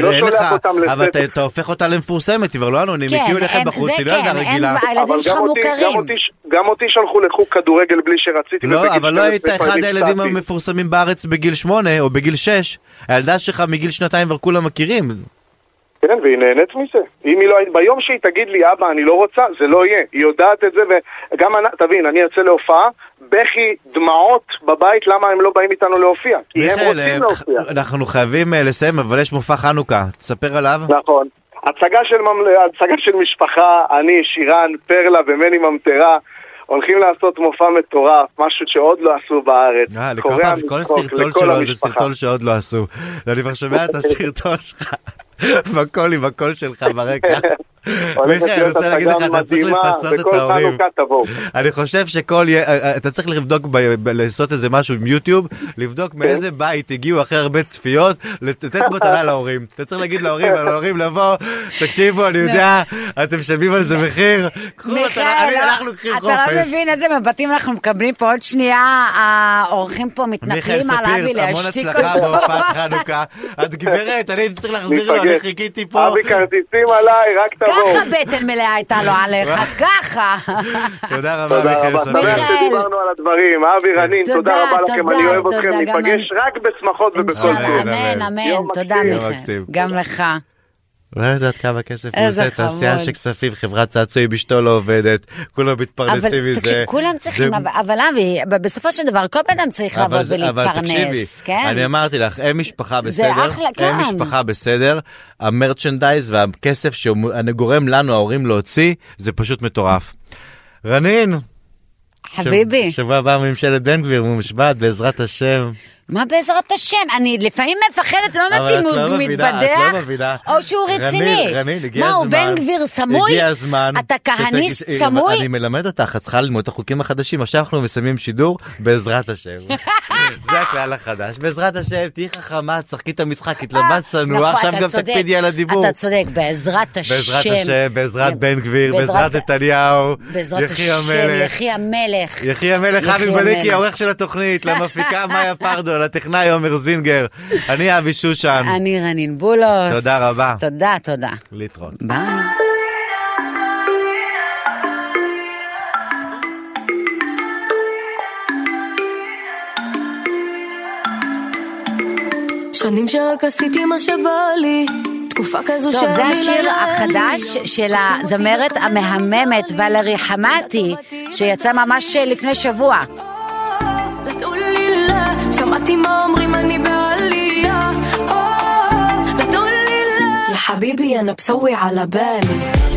אבל אתה הופך אותה למפורסמת, כבר לא אנונימי, הגיעו לכם בחוץ, היא לא ילדה רגילה. הילדים שלך מוכרים. גם אותי שלחו לחוג כדורגל בלי שרציתי. לא, אבל לא היית אחד הילדים המפורסמים בארץ בגיל 8 או בגיל 6, הילדה שלך מגיל 2 כבר כולם מכירים. כן, והיא נהנית מזה. אם היא לא, ביום שהיא תגיד לי, אבא, אני לא רוצה, זה לא יהיה. היא יודעת את זה, וגם, תבין, אני יוצא להופעה, בכי, דמעות בבית, למה הם לא באים איתנו להופיע? כי הם רוצים להופיע. אנחנו חייבים לסיים, אבל יש מופע חנוכה. תספר עליו. נכון. הצגה של משפחה, אני, שירן, פרלה ומני ממטרה, הולכים לעשות מופע מטורף, משהו שעוד לא עשו בארץ. כל סרטון שלו זה סרטון שעוד לא עשו. אני כבר שומע את הסרטון שלך. בקול עם הקול שלך ברקע. מיכאל, אני רוצה להגיד לך, אתה צריך לפצות את ההורים. אני חושב אתה צריך לבדוק, לעשות איזה משהו עם יוטיוב, לבדוק מאיזה בית הגיעו אחרי הרבה צפיות, לתת מתנה להורים. אתה צריך להגיד להורים לבוא, תקשיבו, אני יודע, אתם משלמים על זה מחיר, קחו מתנה, אנחנו לוקחים חופש. אתה לא מבין איזה מבטים אנחנו מקבלים פה עוד שנייה, האורחים פה מתנפלים על אבי להשתיק אותו. מיכאל, ספיר, המון הצלחה בהופעת חנוכה. את גברת, אני הייתי צריך להחזיר לו, אני חיכיתי פה. אבי, כרטיסים עליי, רק תבוא. ככה בטן מלאה הייתה לו עליך, ככה. תודה רבה, מיכאל. שמח שדיברנו על הדברים. אבי, רנין, תודה רבה לכם, אני אוהב אתכם, ניפגש רק בשמחות ובכל טוב. אמן, אמן, תודה מיכאל. גם לך. לא יודעת כמה כסף הוא עושה, תעשייה שכספים, חברת צעצועי בשתו לא עובדת, כולם מתפרנסים מזה. אבל כולם צריכים, אבל אבי, בסופו של דבר, כל בן אדם צריך לעבוד ולהתפרנס, כן? אני אמרתי לך, הם משפחה בסדר, הם משפחה בסדר, המרצ'נדייז והכסף שגורם לנו, ההורים להוציא, זה פשוט מטורף. רנין! חביבי. שבוע הבא ממשלת בן גביר מושבעת בעזרת השם. מה בעזרת השם? אני לפעמים מפחדת, לא יודעת אם הוא מתבדח, או שהוא רציני. מה, הוא בן גביר סמוי? הגיע הזמן. אתה כהניסט סמוי? אני מלמד אותך, את צריכה ללמוד את החוקים החדשים. עכשיו אנחנו מסיימים שידור בעזרת השם. זה הכלל החדש. בעזרת השם, תהי חכמה, תשחקי את המשחק, התלמד צנוע, עכשיו גם תקפידי על הדיבור. אתה צודק, בעזרת השם. בעזרת השם, בעזרת בן גביר, בעזרת נתניהו. בעזרת השם, יחי המלך. יחי המלך, אבי בליקי, העורך של התוכנית, למפיקה מאיה פרדו, לטכנאי עומר זינגר, אני אבי שושן. אני רנין בולוס. תודה רבה. תודה. להתראות. ביי. שנים שרק עשיתי מה שבא לי, תקופה כזו טוב, זה השיר החדש של הזמרת המהממת ולרי חמאטי, שיצא ממש לפני שבוע. שמעתי מה אומרים אני בעלייה, لا تقول لي لا يا حبيبي أنا بسوي على بالي